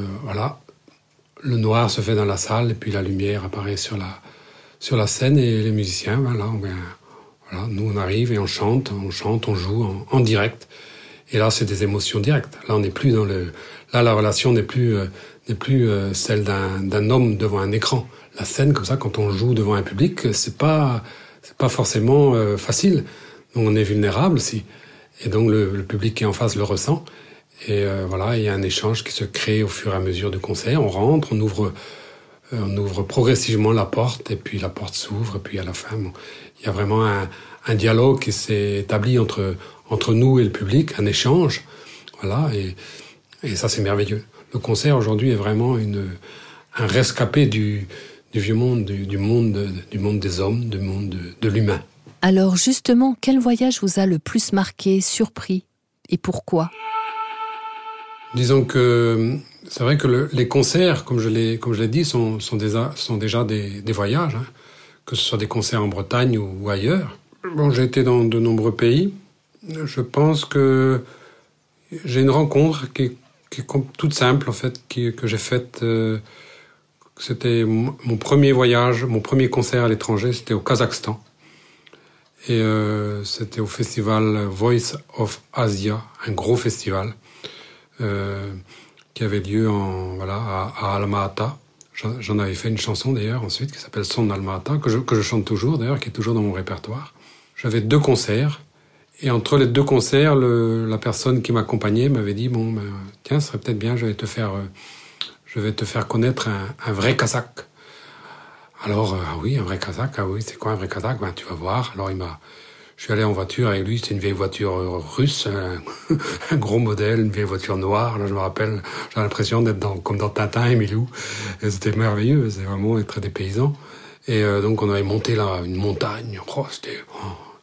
le noir se fait dans la salle et puis la lumière apparaît sur la scène et les musiciens, nous on arrive et on chante, on joue en direct. Et là, c'est des émotions directes. Là, on n'est plus la relation n'est plus celle d'un homme devant un écran. La scène, comme ça, quand on joue devant un public, c'est pas forcément facile. Donc on est vulnérable aussi. Et donc le public qui est en face le ressent. Et il y a un échange qui se crée au fur et à mesure du concert. On rentre, on ouvre progressivement la porte, et puis la porte s'ouvre, et puis à la fin, il y a vraiment un dialogue qui s'est établi entre nous et le public, un échange. Voilà, et ça, c'est merveilleux. Le concert, aujourd'hui, est vraiment un rescapé du vieux monde, du monde des hommes, du monde de l'humain. Alors, justement, quel voyage vous a le plus marqué, surpris, et pourquoi ? Disons que c'est vrai que les concerts, comme je l'ai dit, sont déjà des voyages, que ce soit des concerts en Bretagne ou ailleurs. Bon, j'ai été dans de nombreux pays. Je pense que j'ai une rencontre qui est toute simple, en fait, que j'ai faite. C'était mon premier voyage, mon premier concert à l'étranger, c'était au Kazakhstan. Et c'était au festival Voice of Asia, un gros festival. Qui avait lieu à Alma-Ata. J'en avais fait une chanson d'ailleurs ensuite qui s'appelle Son Alma-Ata, que je chante toujours d'ailleurs, qui est toujours dans mon répertoire. J'avais 2 concerts, et entre les 2 concerts, la personne qui m'accompagnait m'avait dit tiens, ce serait peut-être bien, je vais te faire connaître un vrai Kazakh. Alors un vrai Kazakh, c'est quoi un vrai Kazakh? Tu vas voir. Alors je suis allé en voiture avec lui, c'était une vieille voiture russe, un gros modèle, une vieille voiture noire. Là, je me rappelle, j'ai l'impression d'être comme dans Tintin et Milou. Et c'était merveilleux, c'est vraiment très dépaysant. Et donc, on avait monté là une montagne. Il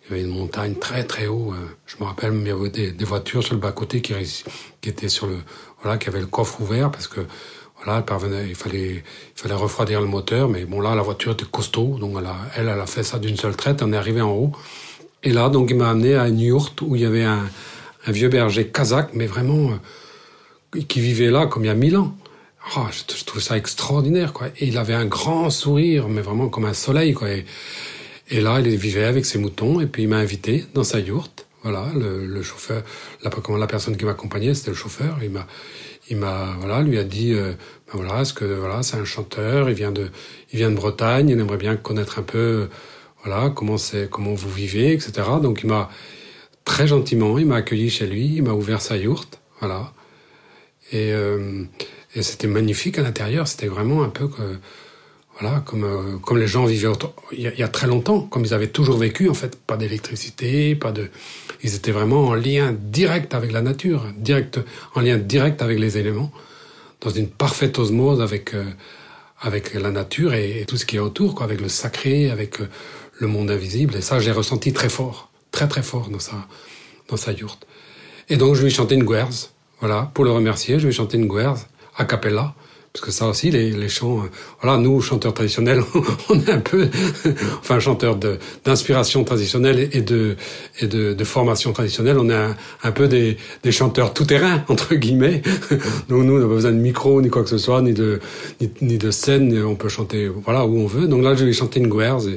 Il y avait une montagne très très haut. Je me rappelle, il y avait des voitures sur le bas-côté qui étaient sur le... Voilà, qui avaient le coffre ouvert parce que voilà, il fallait refroidir le moteur. Mais bon, là, la voiture était costaud. Donc elle a fait ça d'une seule traite. On est arrivé en haut. Et là, donc, il m'a amené à une yourte où il y avait un vieux berger kazakh, mais vraiment, qui vivait là comme il y a 1000 ans. Oh, je trouve ça extraordinaire, quoi. Et il avait un grand sourire, mais vraiment comme un soleil, quoi. Et là, il vivait avec ses moutons, et puis il m'a invité dans sa yourte. Voilà, le chauffeur, la personne qui m'accompagnait, c'était le chauffeur. Il m'a, voilà, lui a dit, voilà, c'est un chanteur, il vient de Bretagne, il aimerait bien connaître un peu, voilà, comment vous vivez, etc. Donc il m'a, très gentiment, il m'a accueilli chez lui, il m'a ouvert sa yourte, voilà. Et c'était magnifique à l'intérieur, c'était vraiment un peu voilà, comme les gens vivaient il y a très longtemps, comme ils avaient toujours vécu, en fait. Pas d'électricité, ils étaient vraiment en lien direct avec la nature, en lien direct avec les éléments, dans une parfaite osmose avec la nature et tout ce qui est autour, quoi, avec le sacré, avec le monde invisible. Et ça, j'ai ressenti très fort, très très fort dans sa yourte. Et donc, je lui ai chanté une guerze, voilà, pour le remercier, je lui ai chanté une guerze, a cappella. Parce que ça aussi, les chants... voilà, nous, chanteurs traditionnels, on est un peu... enfin, chanteurs d'inspiration traditionnelle et de formation traditionnelle, on est un peu des chanteurs tout-terrain, entre guillemets. Donc nous, on n'a pas besoin de micro, ni quoi que ce soit, ni de scène. On peut chanter, voilà, où on veut. Donc là, je vais chanter une guerze,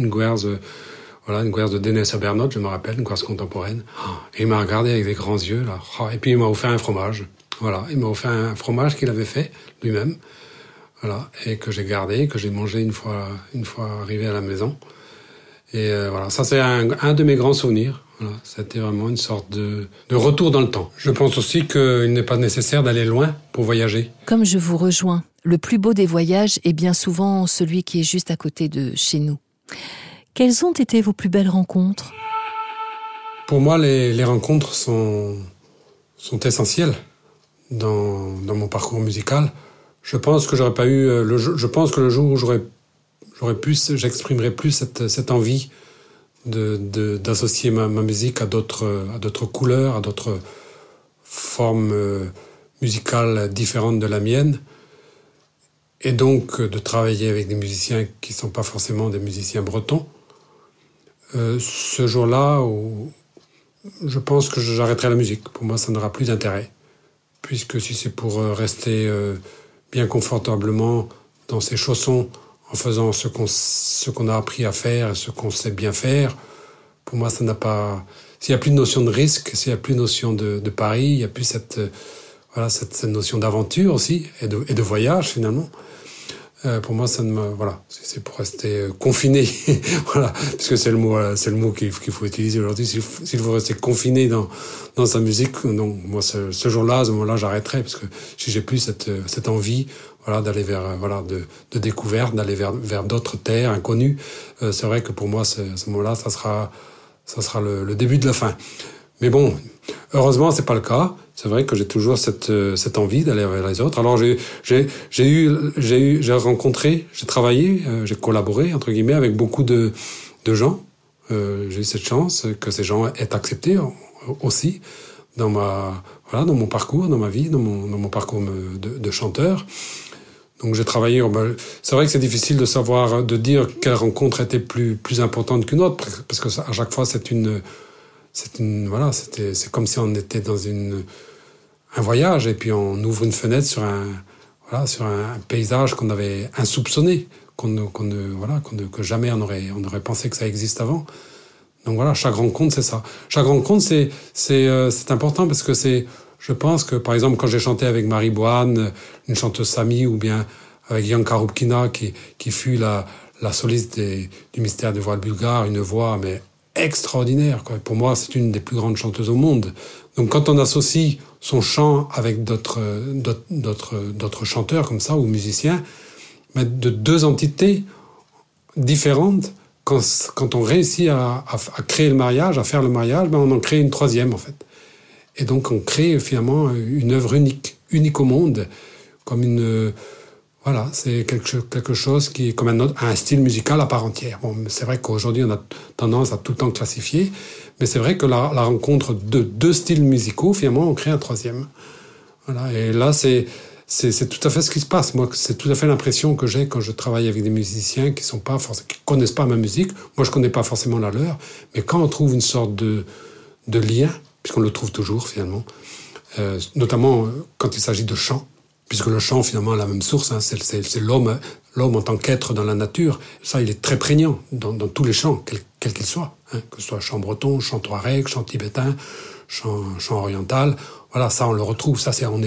voilà, une guerze de Dénès à Bernotte, je me rappelle, une guerze contemporaine. Et il m'a regardé avec des grands yeux, là. Et puis il m'a offert un fromage. Voilà, il m'a offert un fromage qu'il avait fait lui-même, voilà, et que j'ai gardé, que j'ai mangé une fois arrivé à la maison. Et voilà, ça c'est un de mes grands souvenirs. Voilà, c'était vraiment une sorte de retour dans le temps. Je pense aussi qu'il n'est pas nécessaire d'aller loin pour voyager. Comme je vous rejoins, le plus beau des voyages est bien souvent celui qui est juste à côté de chez nous. Quelles ont été vos plus belles rencontres ? Pour moi, les rencontres sont essentielles. Dans mon parcours musical, je pense que j'aurais pas eu je pense que le jour où j'exprimerais plus cette envie d'associer ma musique à d'autres couleurs, à d'autres formes musicales différentes de la mienne, et donc de travailler avec des musiciens qui sont pas forcément des musiciens bretons. Ce jour-là, je pense que j'arrêterai la musique. Pour moi, ça n'aura plus d'intérêt. Puisque si c'est pour rester bien confortablement dans ses chaussons en faisant ce qu'on a appris à faire et ce qu'on sait bien faire, pour moi ça n'a pas... S'il n'y a plus de notion de risque, s'il n'y a plus de notion de pari, il n'y a plus cette notion d'aventure aussi et de voyage finalement. Pour moi, ça ne me... Voilà, c'est pour rester confiné, voilà, parce que c'est le mot qu'il faut utiliser aujourd'hui. S'il faut rester confiné dans sa musique, donc moi, ce jour-là, à ce moment-là, j'arrêterai, parce que si j'ai plus cette envie, voilà, d'aller vers, voilà, de découverte, d'aller vers d'autres terres inconnues, c'est vrai que pour moi, ce moment-là, ça sera le début de la fin. Mais bon, heureusement, c'est pas le cas. C'est vrai que j'ai toujours cette envie d'aller vers les autres. Alors j'ai rencontré, j'ai travaillé, j'ai collaboré entre guillemets avec beaucoup de gens. J'ai eu cette chance que ces gens aient accepté aussi dans mon parcours, dans ma vie, dans mon parcours de chanteur. Donc j'ai travaillé. C'est vrai que c'est difficile de dire quelle rencontre était plus importante qu'une autre, parce que à chaque fois c'est comme si on était dans un voyage et puis on ouvre une fenêtre sur un paysage qu'on avait insoupçonné, que jamais on aurait pensé que ça existe avant. Donc voilà, chaque rencontre c'est ça. Chaque rencontre c'est important parce que je pense que par exemple quand j'ai chanté avec Marie Boanne, une chanteuse Sami, ou bien avec Yanka Rubkina qui fut la soliste du mystère du voile bulgare, une voix mais extraordinaire, quoi. Pour moi, c'est une des plus grandes chanteuses au monde. Donc, quand on associe son chant avec d'autres chanteurs comme ça, ou musiciens, mais de deux entités différentes, quand on réussit à créer le mariage, à faire le mariage, on en crée une troisième, en fait. Et donc, on crée finalement une œuvre unique au monde, comme Voilà, c'est quelque chose qui est comme un style musical à part entière. Bon, c'est vrai qu'aujourd'hui, on a tendance à tout le temps classifier, mais c'est vrai que la rencontre de deux styles musicaux, finalement, on crée un troisième. Voilà, et là, c'est tout à fait ce qui se passe. Moi, c'est tout à fait l'impression que j'ai quand je travaille avec des musiciens qui connaissent pas ma musique. Moi, je connais pas forcément la leur, mais quand on trouve une sorte de lien, puisqu'on le trouve toujours, finalement, notamment quand il s'agit de chant, puisque le chant, finalement, a la même source, hein, c'est l'homme en tant qu'être dans la nature. Ça, il est très prégnant dans tous les chants, quels qu'ils soient, hein, que ce soit chant breton, chant touareg, chant tibétain, chant oriental. Voilà, ça, on le retrouve. Ça, on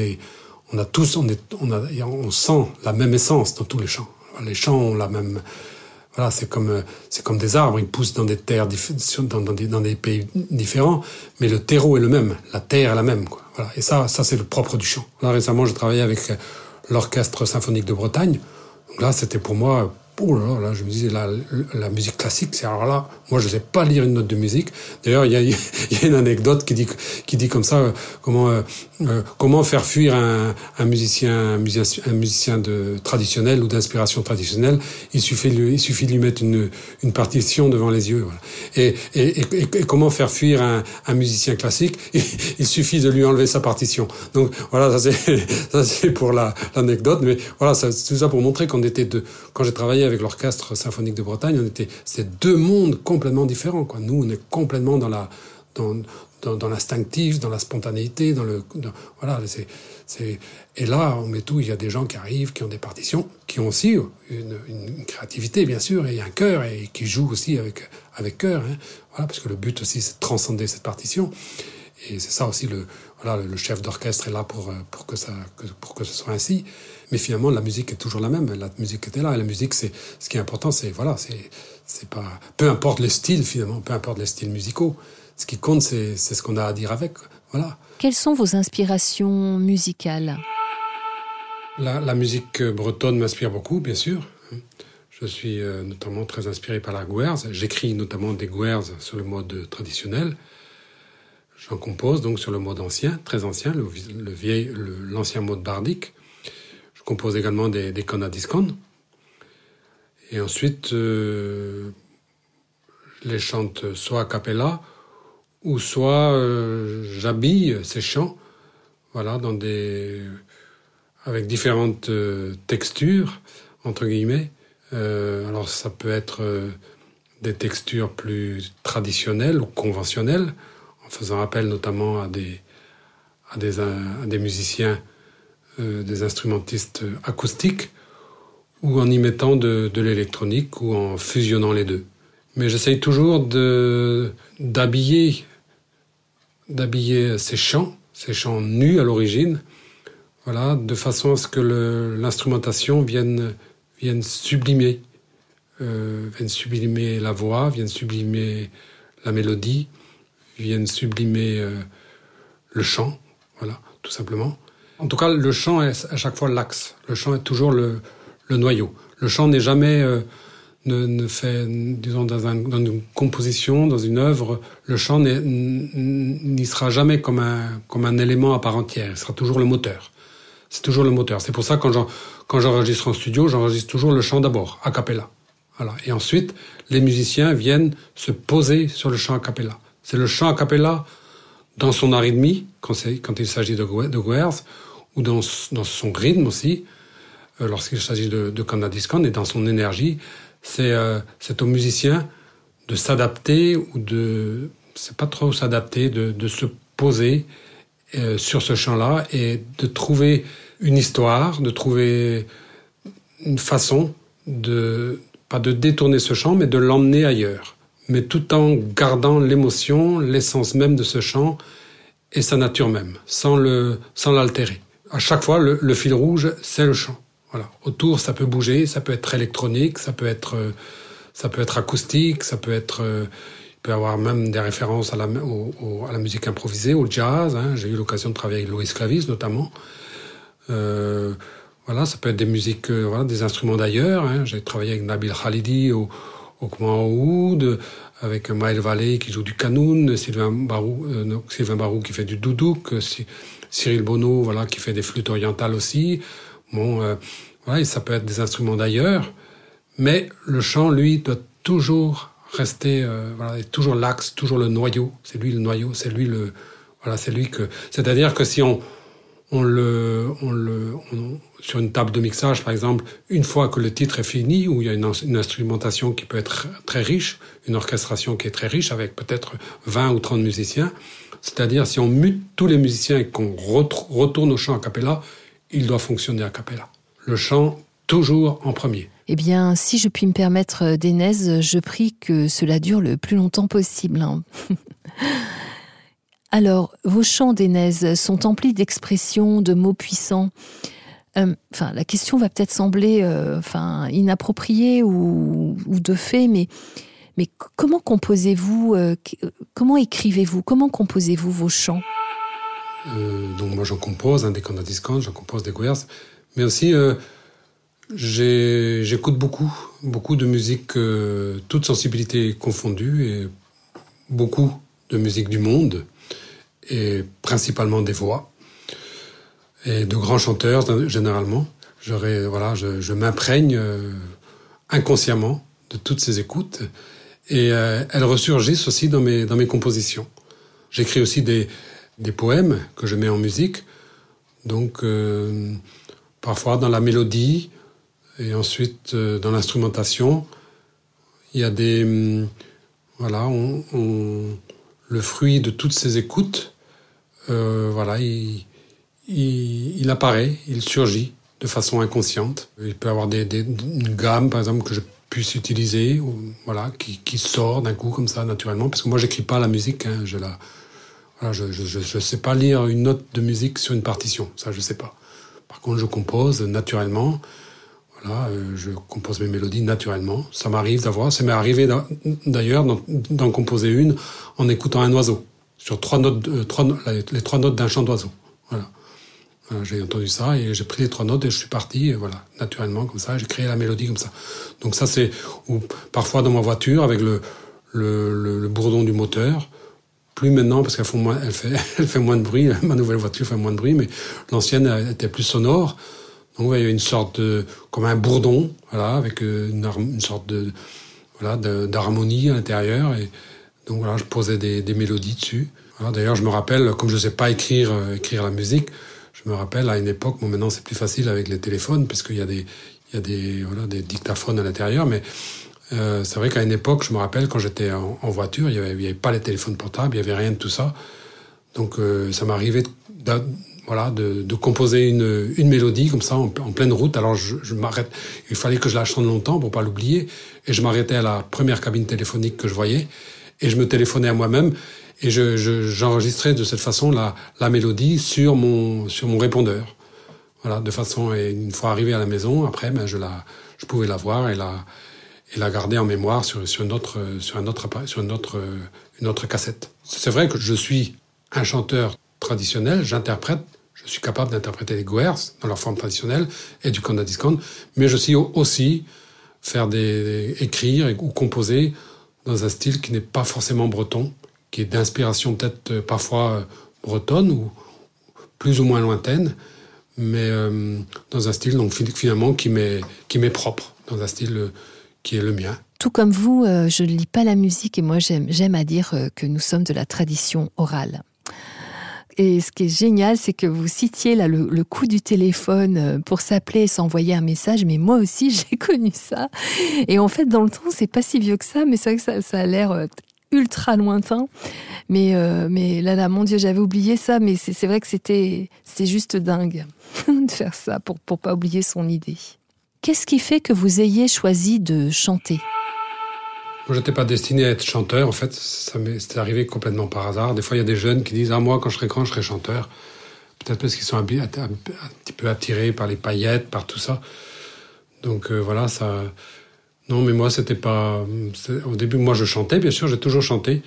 sent la même essence dans tous les chants. Les chants ont la même. Voilà, c'est comme des arbres, ils poussent dans des terres, dans des pays différents, mais le terreau est le même, la terre est la même, quoi. Voilà. Et ça c'est le propre du chant. Là, récemment, j'ai travaillé avec l'Orchestre Symphonique de Bretagne. Donc là, c'était pour moi, là, je me disais, la musique classique, c'est alors là, moi, je ne sais pas lire une note de musique. D'ailleurs, il y a une anecdote qui dit comme ça, comment faire fuir un musicien traditionnel ou d'inspiration traditionnelle. Il suffit de lui mettre une partition devant les yeux. Voilà. Et comment faire fuir un musicien classique. Il suffit de lui enlever sa partition. Donc voilà, ça c'est pour l'anecdote. Mais voilà, c'est tout ça pour montrer quand j'ai travaillé avec l'Orchestre Symphonique de Bretagne, c'est deux mondes complètement différents, quoi. Nous, on est complètement dans l'instinctif, dans la spontanéité, voilà, et là, on met tout. Il y a des gens qui arrivent, qui ont des partitions, qui ont aussi une créativité, bien sûr, et un cœur, et qui jouent aussi avec cœur, hein. Voilà, parce que le but aussi, c'est de transcender cette partition. Et c'est ça aussi, le chef d'orchestre est là pour que ce soit ainsi. Mais finalement, la musique est toujours la même. La musique était là. Et la musique, ce qui est important, c'est pas, peu importe les styles, finalement, peu importe les styles musicaux. Ce qui compte, c'est ce qu'on a à dire avec. Voilà. Quelles sont vos inspirations musicales ? La musique bretonne m'inspire beaucoup, bien sûr. Je suis notamment très inspiré par la gwerz. J'écris notamment des gwerz sur le mode traditionnel. J'en compose donc sur le mode ancien, très ancien, l'ancien mode bardique. Je compose également des conadiscons. Et ensuite, je les chante soit a cappella, ou soit j'habille ces chants, voilà, avec différentes textures, entre guillemets. Alors ça peut être des textures plus traditionnelles ou conventionnelles, en faisant appel notamment à des musiciens, des instrumentistes acoustiques, ou en y mettant de l'électronique, ou en fusionnant les deux. Mais j'essaye toujours d'habiller ces chants nus à l'origine, voilà, de façon à ce que l'instrumentation vienne sublimer la voix, vienne sublimer la mélodie, viennent sublimer le chant, voilà, tout simplement. En tout cas, le chant est à chaque fois l'axe. Le chant est toujours le noyau. Le chant n'est jamais ne fait, disons, dans une composition, dans une œuvre, le chant n'y sera jamais comme un élément à part entière. Il sera toujours le moteur. C'est toujours le moteur. C'est pour ça que quand j'enregistre en studio, j'enregistre toujours le chant d'abord, a cappella. Voilà. Et ensuite, les musiciens viennent se poser sur le chant a cappella. C'est le chant a cappella dans son arythmie, quand il s'agit de gwerz, ou dans son rythme aussi, lorsqu'il s'agit de conadiscon, et dans son énergie. C'est au musicien de s'adapter, c'est pas trop s'adapter, de se poser sur ce chant-là et de trouver une histoire, de trouver une façon pas de détourner ce chant, mais de l'emmener ailleurs. Mais tout en gardant l'émotion, l'essence même de ce chant et sa nature même, sans l'altérer. À chaque fois, le fil rouge, c'est le chant. Voilà. Autour, ça peut bouger, ça peut être électronique, ça peut être acoustique, il peut y avoir même des références à la musique improvisée, au jazz. Hein. J'ai eu l'occasion de travailler avec Loïs Clavis, notamment. Voilà, ça peut être des musiques, des instruments d'ailleurs. Hein. J'ai travaillé avec Nabil Khalidi au Kman Oud, avec Maël Vallée qui joue du kanoun, Sylvain Barou qui fait du doudouk, Cyril Bonneau, voilà, qui fait des flûtes orientales aussi. Bon, Voilà, et ça peut être des instruments d'ailleurs, mais le chant, lui, doit toujours rester, toujours l'axe, toujours le noyau. C'est lui le noyau, c'est lui le, voilà, c'est lui que. C'est-à-dire que si on sur une table de mixage, par exemple, une fois que le titre est fini, où il y a une instrumentation qui peut être très riche, une orchestration qui est très riche, avec peut-être 20 ou 30 musiciens, c'est-à-dire si on mute tous les musiciens et qu'on retourne au chant a cappella, il doit fonctionner a cappella. Le chant, toujours en premier. Eh bien, si je puis me permettre, Dénez, je prie que cela dure le plus longtemps possible. Hein. Alors, vos chants, Dénez, sont emplis d'expressions, de mots puissants. La question va peut-être sembler inappropriée ou de fait, mais comment composez-vous, comment écrivez-vous, comment composez-vous vos chants ? Donc moi j'en compose, des cantates discantes, j'en compose des guers, mais aussi j'écoute beaucoup de musique, toute sensibilité confondue, et beaucoup de musique du monde, et principalement des voix, et de grands chanteurs généralement. Je m'imprègne inconsciemment de toutes ces écoutes, et elles ressurgissent aussi dans mes compositions. J'écris aussi des poèmes que je mets en musique, donc parfois dans la mélodie, et ensuite dans l'instrumentation, il y a le fruit de toutes ces écoutes, il apparaît, il surgit de façon inconsciente. Il peut y avoir une gamme, par exemple, que je puisse utiliser, qui sort d'un coup comme ça, naturellement, parce que moi, j'écris pas la musique, hein, je sais pas lire une note de musique sur une partition, ça, je sais pas. Par contre, je compose naturellement, je compose mes mélodies naturellement. Ça m'est arrivé d'ailleurs d'en composer une en écoutant un oiseau, sur les 3 notes d'un chant d'oiseau. Voilà, j'ai entendu ça et j'ai pris les 3 notes et je suis parti, et naturellement comme ça, j'ai créé la mélodie comme ça. Donc ça ou parfois dans ma voiture avec le bourdon du moteur. Plus maintenant parce elle fait moins de bruit. Ma nouvelle voiture fait moins de bruit, mais l'ancienne était plus sonore. Donc il y a une sorte comme un bourdon, avec une sorte d'harmonie à l'intérieur. Et donc je posais des mélodies dessus. D'ailleurs, je me rappelle, comme je ne sais pas écrire la musique, je me rappelle à une époque, maintenant c'est plus facile avec les téléphones, puisqu'il y a des dictaphones à l'intérieur, mais c'est vrai qu'à une époque, je me rappelle, quand j'étais en voiture, il y avait pas les téléphones portables, il y avait rien de tout ça. Donc ça m'arrivait de composer une mélodie comme ça en pleine route. Alors je m'arrête. Il fallait que je la chante longtemps pour pas l'oublier, et je m'arrêtais à la première cabine téléphonique que je voyais, et je me téléphonais à moi-même, et j'enregistrais de cette façon la mélodie sur mon répondeur. De façon, et une fois arrivé à la maison, après, je pouvais la voir et la garder en mémoire sur une autre cassette. C'est vrai que je suis un chanteur traditionnel, je suis capable d'interpréter les guers dans leur forme traditionnelle et du cantates discantes, mais je sais aussi écrire ou composer dans un style qui n'est pas forcément breton, qui est d'inspiration peut-être parfois bretonne ou plus ou moins lointaine, mais dans un style donc finalement qui m'est propre, dans un style qui est le mien. Tout comme vous, je ne lis pas la musique, et moi j'aime à dire que nous sommes de la tradition orale. Et ce qui est génial, c'est que vous citiez là le coup du téléphone pour s'appeler et s'envoyer un message, mais moi aussi j'ai connu ça. Et en fait, dans le temps, c'est pas si vieux que ça, mais c'est vrai que ça a l'air ultra lointain. Mais là, mon Dieu, j'avais oublié ça, mais c'est vrai que c'était juste dingue de faire ça pour pas oublier son idée. Qu'est-ce qui fait que vous ayez choisi de chanter ? Moi, je n'étais pas destiné à être chanteur, en fait. C'est arrivé complètement par hasard. Des fois, il y a des jeunes qui disent « Ah, moi, quand je serai grand, je serai chanteur. » Peut-être parce qu'ils sont un petit peu attirés par les paillettes, par tout ça. Donc, ça... Non, mais moi, c'était pas... Au début, moi, je chantais, bien sûr, j'ai toujours chanté.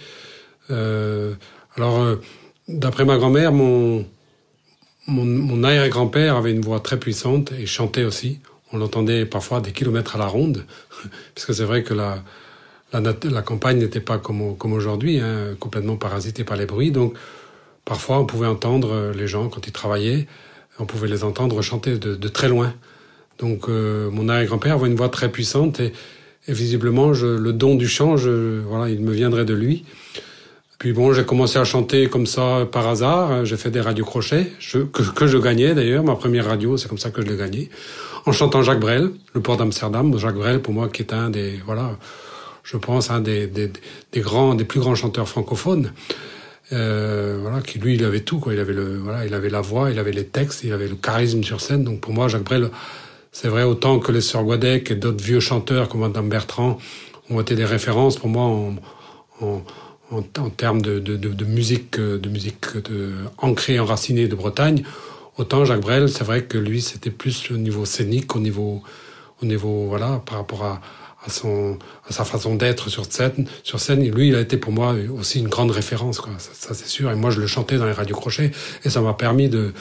D'après ma grand-mère, mon arrière-grand-père avait une voix très puissante et chantait aussi. On l'entendait parfois des kilomètres à la ronde, parce que c'est vrai que la campagne n'était pas comme aujourd'hui, complètement parasitée par les bruits. Donc, parfois, on pouvait entendre les gens, quand ils travaillaient, on pouvait les entendre chanter de très loin. Donc mon arrière-grand-père avait une voix très puissante et visiblement le don du chant, il me viendrait de lui. Puis bon, j'ai commencé à chanter comme ça par hasard. J'ai fait des radios-crochets que je gagnais d'ailleurs. Ma première radio, c'est comme ça que je l'ai gagnée. En chantant Jacques Brel, Le Port d'Amsterdam. Jacques Brel, pour moi, qui est un des, je pense, un des plus grands chanteurs francophones. Qui lui, il avait tout, quoi. Il avait la voix, il avait les textes, il avait le charisme sur scène. Donc pour moi, Jacques Brel, c'est vrai, autant que les Sœurs Guadec et d'autres vieux chanteurs comme Madame Bertrand ont été des références pour moi en termes de musique ancrée, enracinée de Bretagne. Autant Jacques Brel, c'est vrai que lui, c'était plus au niveau scénique, au niveau, par rapport à sa façon d'être sur scène. Et lui, il a été pour moi aussi une grande référence, quoi. Ça c'est sûr. Et moi, je le chantais dans les radios-crochets. Et ça m'a permis de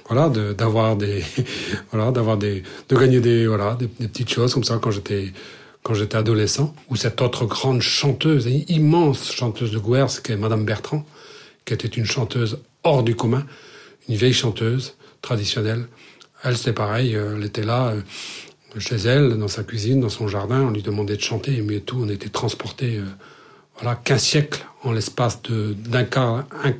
gagner des petites choses comme ça quand j'étais adolescent. Ou cette autre grande chanteuse, immense chanteuse de Gouers, qui est Madame Bertrand, qui était une chanteuse hors du commun, une vieille chanteuse traditionnelle. Elle, c'était pareil. Elle était là, chez elle, dans sa cuisine, dans son jardin, on lui demandait de chanter, mais tout, on était transportés, 15 siècles, en l'espace d'un quart,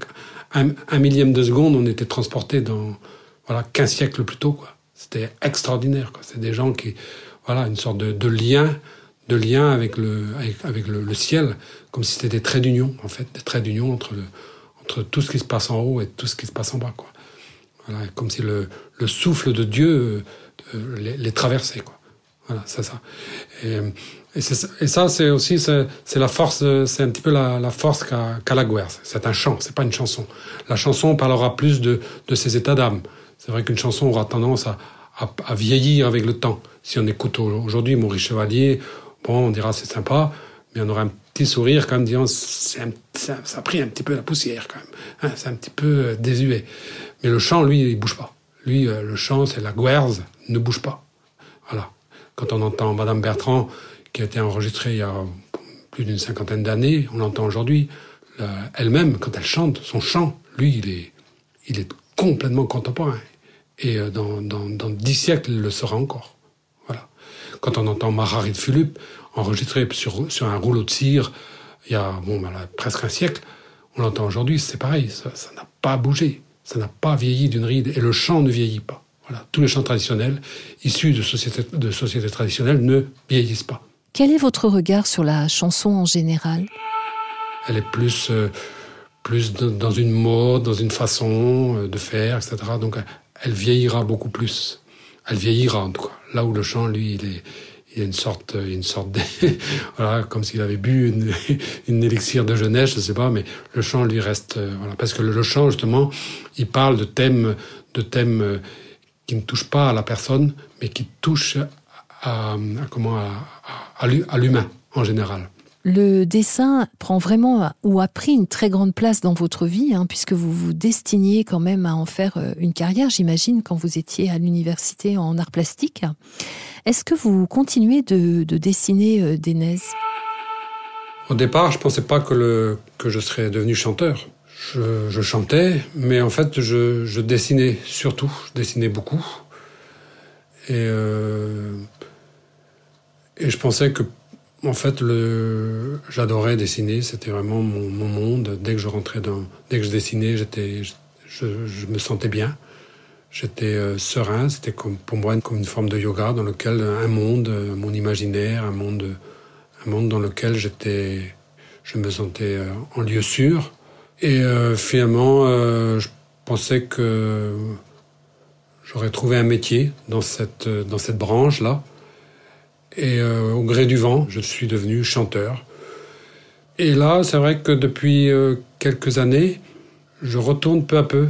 un millième de seconde, on était transportés dans, 15 siècles plus tôt, quoi. C'était extraordinaire, quoi. C'est des gens qui, une sorte de lien avec le ciel, comme si c'était des traits d'union, en fait, des traits d'union entre tout ce qui se passe en haut et tout ce qui se passe en bas, quoi. Comme si le souffle de Dieu les traverser, quoi. Voilà, c'est ça. Et ça, c'est aussi, c'est la force, c'est un petit peu la force qu'a la Gouers. C'est un chant, c'est pas une chanson. La chanson parlera plus de ses états d'âme. C'est vrai qu'une chanson aura tendance à vieillir avec le temps. Si on écoute aujourd'hui Maurice Chevalier, bon, on dira c'est sympa, mais on aura un petit sourire quand même, disant ça a pris un petit peu la poussière quand même. C'est un petit peu désuet. Mais le chant, lui, il bouge pas. Lui, le chant, c'est la Gouers, ne bouge pas. Voilà. Quand on entend Madame Bertrand, qui a été enregistrée il y a plus d'une 50aine d'années, on l'entend aujourd'hui. Elle-même, quand elle chante, son chant, lui, il est complètement contemporain. Et dans 10 siècles, il le sera encore. Voilà. Quand on entend Marharit Philippe, enregistré sur un rouleau de cire, il y a presque un siècle, on l'entend aujourd'hui, c'est pareil, ça n'a pas bougé. Ça n'a pas vieilli d'une ride, et le chant ne vieillit pas. Voilà. Tous les chants traditionnels, issus de sociétés traditionnelles, ne vieillissent pas. Quel est votre regard sur la chanson en général ? Elle est plus dans une mode, dans une façon de faire, etc. Donc elle vieillira beaucoup plus. Elle vieillira en tout cas. Là où le chant, lui, il y a une sorte de, comme s'il avait bu une élixir de jeunesse, je sais pas, mais le chant lui reste, parce que le chant justement, il parle de thèmes qui ne touchent pas à la personne, mais qui touchent à l'humain en général. Le dessin prend vraiment ou a pris une très grande place dans votre vie, puisque vous vous destiniez quand même à en faire une carrière, j'imagine, quand vous étiez à l'université en arts plastiques. Est-ce que vous continuez de dessiner des naises ? Au départ, je ne pensais pas que je serais devenu chanteur. Je chantais, mais en fait, je dessinais surtout. Je dessinais beaucoup. Et je pensais que en fait, j'adorais dessiner, c'était vraiment mon monde. Dès que je dessinais, je me sentais bien. J'étais serein, c'était pour moi comme une forme de yoga dans lequel un monde, mon imaginaire, un monde dans lequel je me sentais en lieu sûr. Et finalement, je pensais que j'aurais trouvé un métier dans cette branche-là. Et au gré du vent, je suis devenu chanteur. Et là, c'est vrai que depuis quelques années, je retrouve peu à peu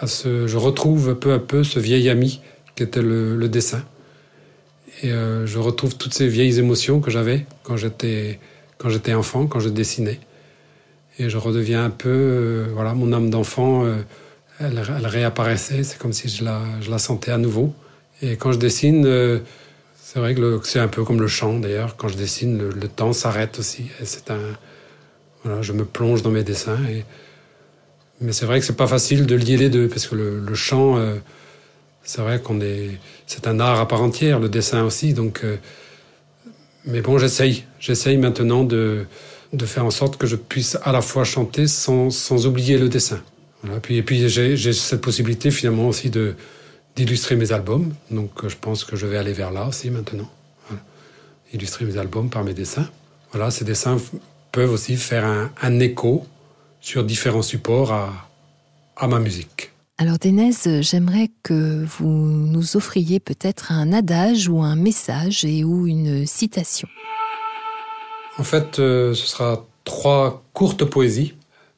ce vieil ami qui était le dessin. Et je retrouve toutes ces vieilles émotions que j'avais quand j'étais enfant, quand je dessinais. Et je redeviens un peu, mon âme d'enfant, elle réapparaissait. C'est comme si je la sentais à nouveau. Et quand je dessine, c'est vrai que c'est un peu comme le chant, d'ailleurs. Quand je dessine, le temps s'arrête aussi. Et je me plonge dans mes dessins. Mais c'est vrai que c'est pas facile de lier les deux, parce que le chant, c'est vrai c'est un art à part entière, le dessin aussi. Donc, mais bon, j'essaye maintenant de faire en sorte que je puisse à la fois chanter sans oublier le dessin. Voilà. Et puis j'ai cette possibilité finalement aussi d'illustrer mes albums. Donc je pense que je vais aller vers là aussi maintenant. Voilà. Illustrer mes albums par mes dessins. Voilà, ces dessins peuvent aussi faire un écho sur différents supports à ma musique. Alors Dénez, j'aimerais que vous nous offriez peut-être un adage ou un message ou une citation. En fait, ce sera 3 courtes poésies.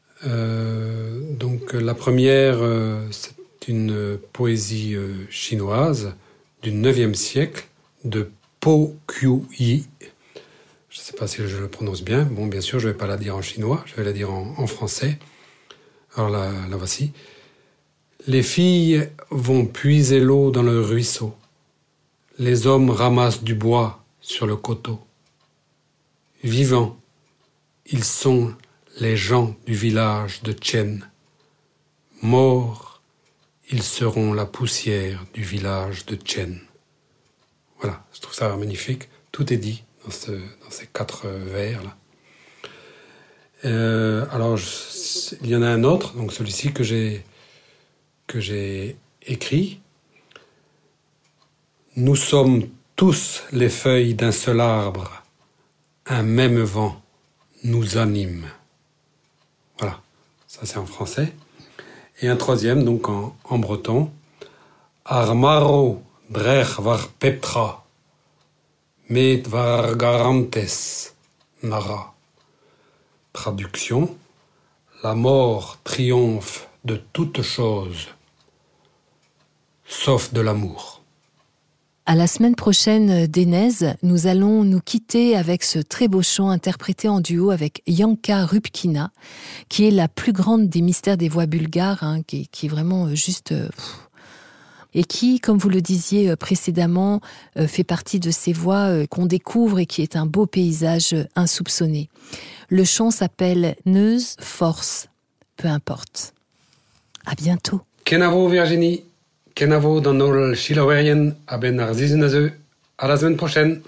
Donc la première, c'est une poésie chinoise du 9e siècle de Po Qiu-yi. Je ne sais pas si je le prononce bien. Bon, bien sûr, je ne vais pas la dire en chinois, je vais la dire en français. Alors la voici. Les filles vont puiser l'eau dans le ruisseau. Les hommes ramassent du bois sur le coteau. Vivants, ils sont les gens du village de Chen. Morts, ils seront la poussière du village de Chen. Voilà, je trouve ça magnifique. Tout est dit dans ces 4 vers-là. Alors, il y en a un autre, donc celui-ci que j'ai écrit. Nous sommes tous les feuilles d'un seul arbre. Un même vent nous anime. Voilà, ça c'est en français. Et un troisième, donc en breton. Armaro drech var peptra, met var garantes nara. Traduction. La mort triomphe de toute chose, sauf de l'amour. À la semaine prochaine, Dénez, nous allons nous quitter avec ce très beau chant interprété en duo avec Yanka Rupkina, qui est la plus grande des mystères des voix bulgares, qui est vraiment juste... et qui, comme vous le disiez précédemment, fait partie de ces voix qu'on découvre et qui est un beau paysage insoupçonné. Le chant s'appelle Neuse Force, peu importe. À bientôt. Kenavo Virginie, Kenavo dans Nol Shilawerien, à Ben Arziznazeu. À la semaine prochaine.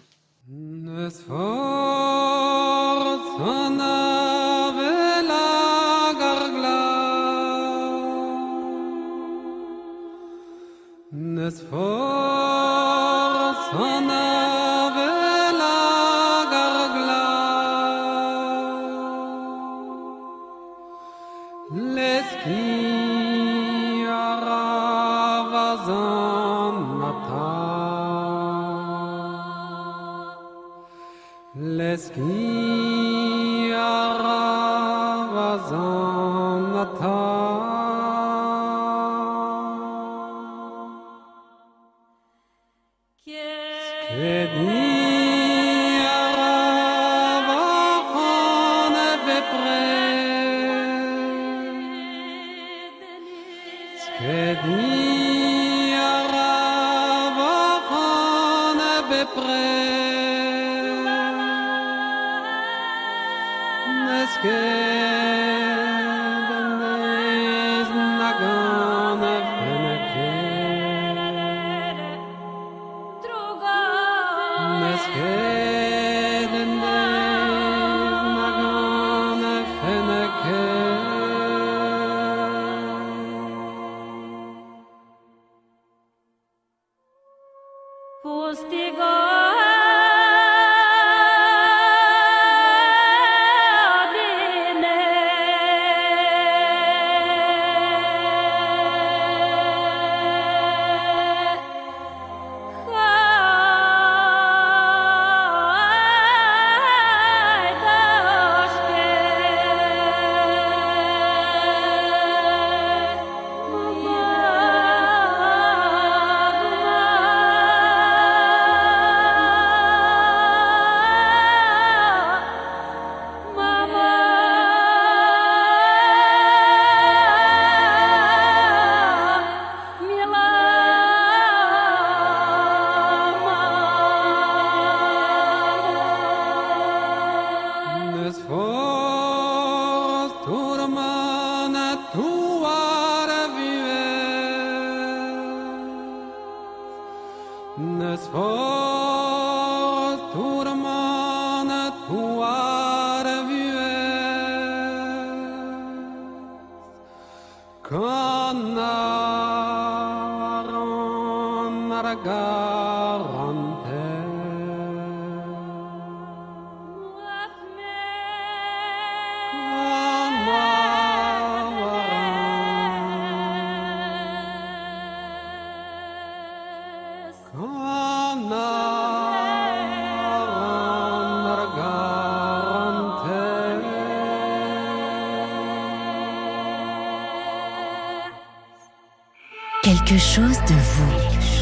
Quelque chose de vous.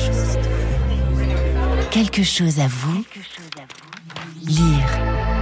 Quelque chose à vous. Lire.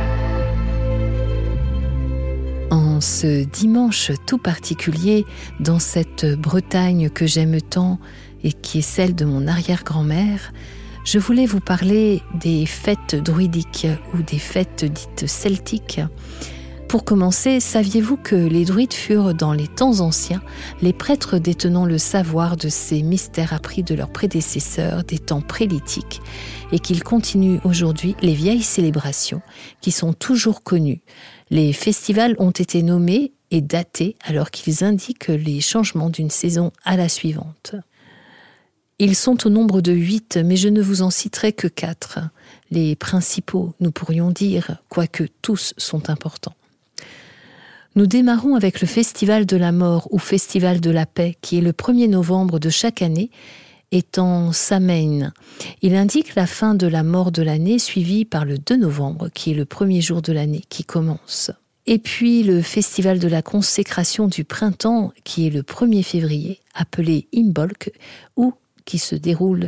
En ce dimanche tout particulier, dans cette Bretagne que j'aime tant et qui est celle de mon arrière-grand-mère, je voulais vous parler des fêtes druidiques ou des fêtes dites celtiques. Pour commencer, saviez-vous que les druides furent dans les temps anciens les prêtres détenant le savoir de ces mystères appris de leurs prédécesseurs des temps prélithiques et qu'ils continuent aujourd'hui les vieilles célébrations qui sont toujours connues. Les festivals ont été nommés et datés alors qu'ils indiquent les changements d'une saison à la suivante. Ils sont au nombre de 8, mais je ne vous en citerai que 4. Les principaux, nous pourrions dire, quoique tous sont importants. Nous démarrons avec le Festival de la Mort ou Festival de la Paix, qui est le 1er novembre de chaque année, étant Samhain. Il indique la fin de la mort de l'année, suivie par le 2 novembre, qui est le premier jour de l'année qui commence. Et puis le Festival de la Consécration du Printemps, qui est le 1er février, appelé Imbolc, ou qui se déroule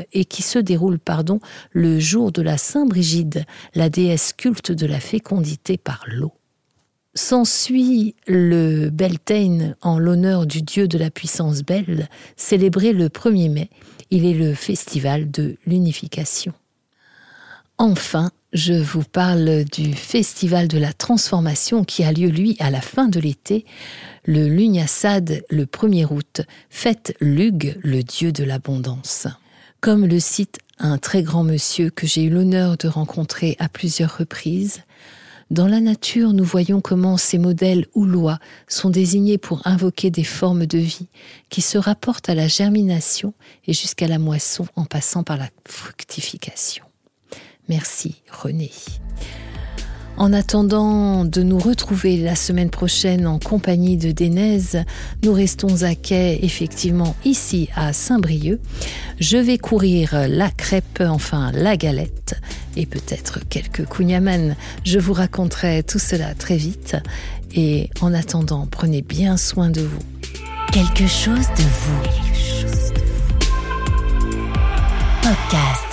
le jour de la Saint-Brigide, la déesse culte de la fécondité par l'eau. S'ensuit le Beltane en l'honneur du dieu de la puissance Bel, célébré le 1er mai. Il est le festival de l'unification. Enfin, je vous parle du festival de la transformation qui a lieu, lui, à la fin de l'été, le Lugnasad, le 1er août, fête Lugh, le dieu de l'abondance. Comme le cite un très grand monsieur que j'ai eu l'honneur de rencontrer à plusieurs reprises, dans la nature, nous voyons comment ces modèles ou lois sont désignés pour invoquer des formes de vie qui se rapportent à la germination et jusqu'à la moisson en passant par la fructification. Merci René. En attendant de nous retrouver la semaine prochaine en compagnie de Dénèse, nous restons à quai, effectivement, ici à Saint-Brieuc. Je vais courir la crêpe, enfin la galette, et peut-être quelques kouign-amann. Je vous raconterai tout cela très vite. Et en attendant, prenez bien soin de vous. Quelque chose de vous. Podcast.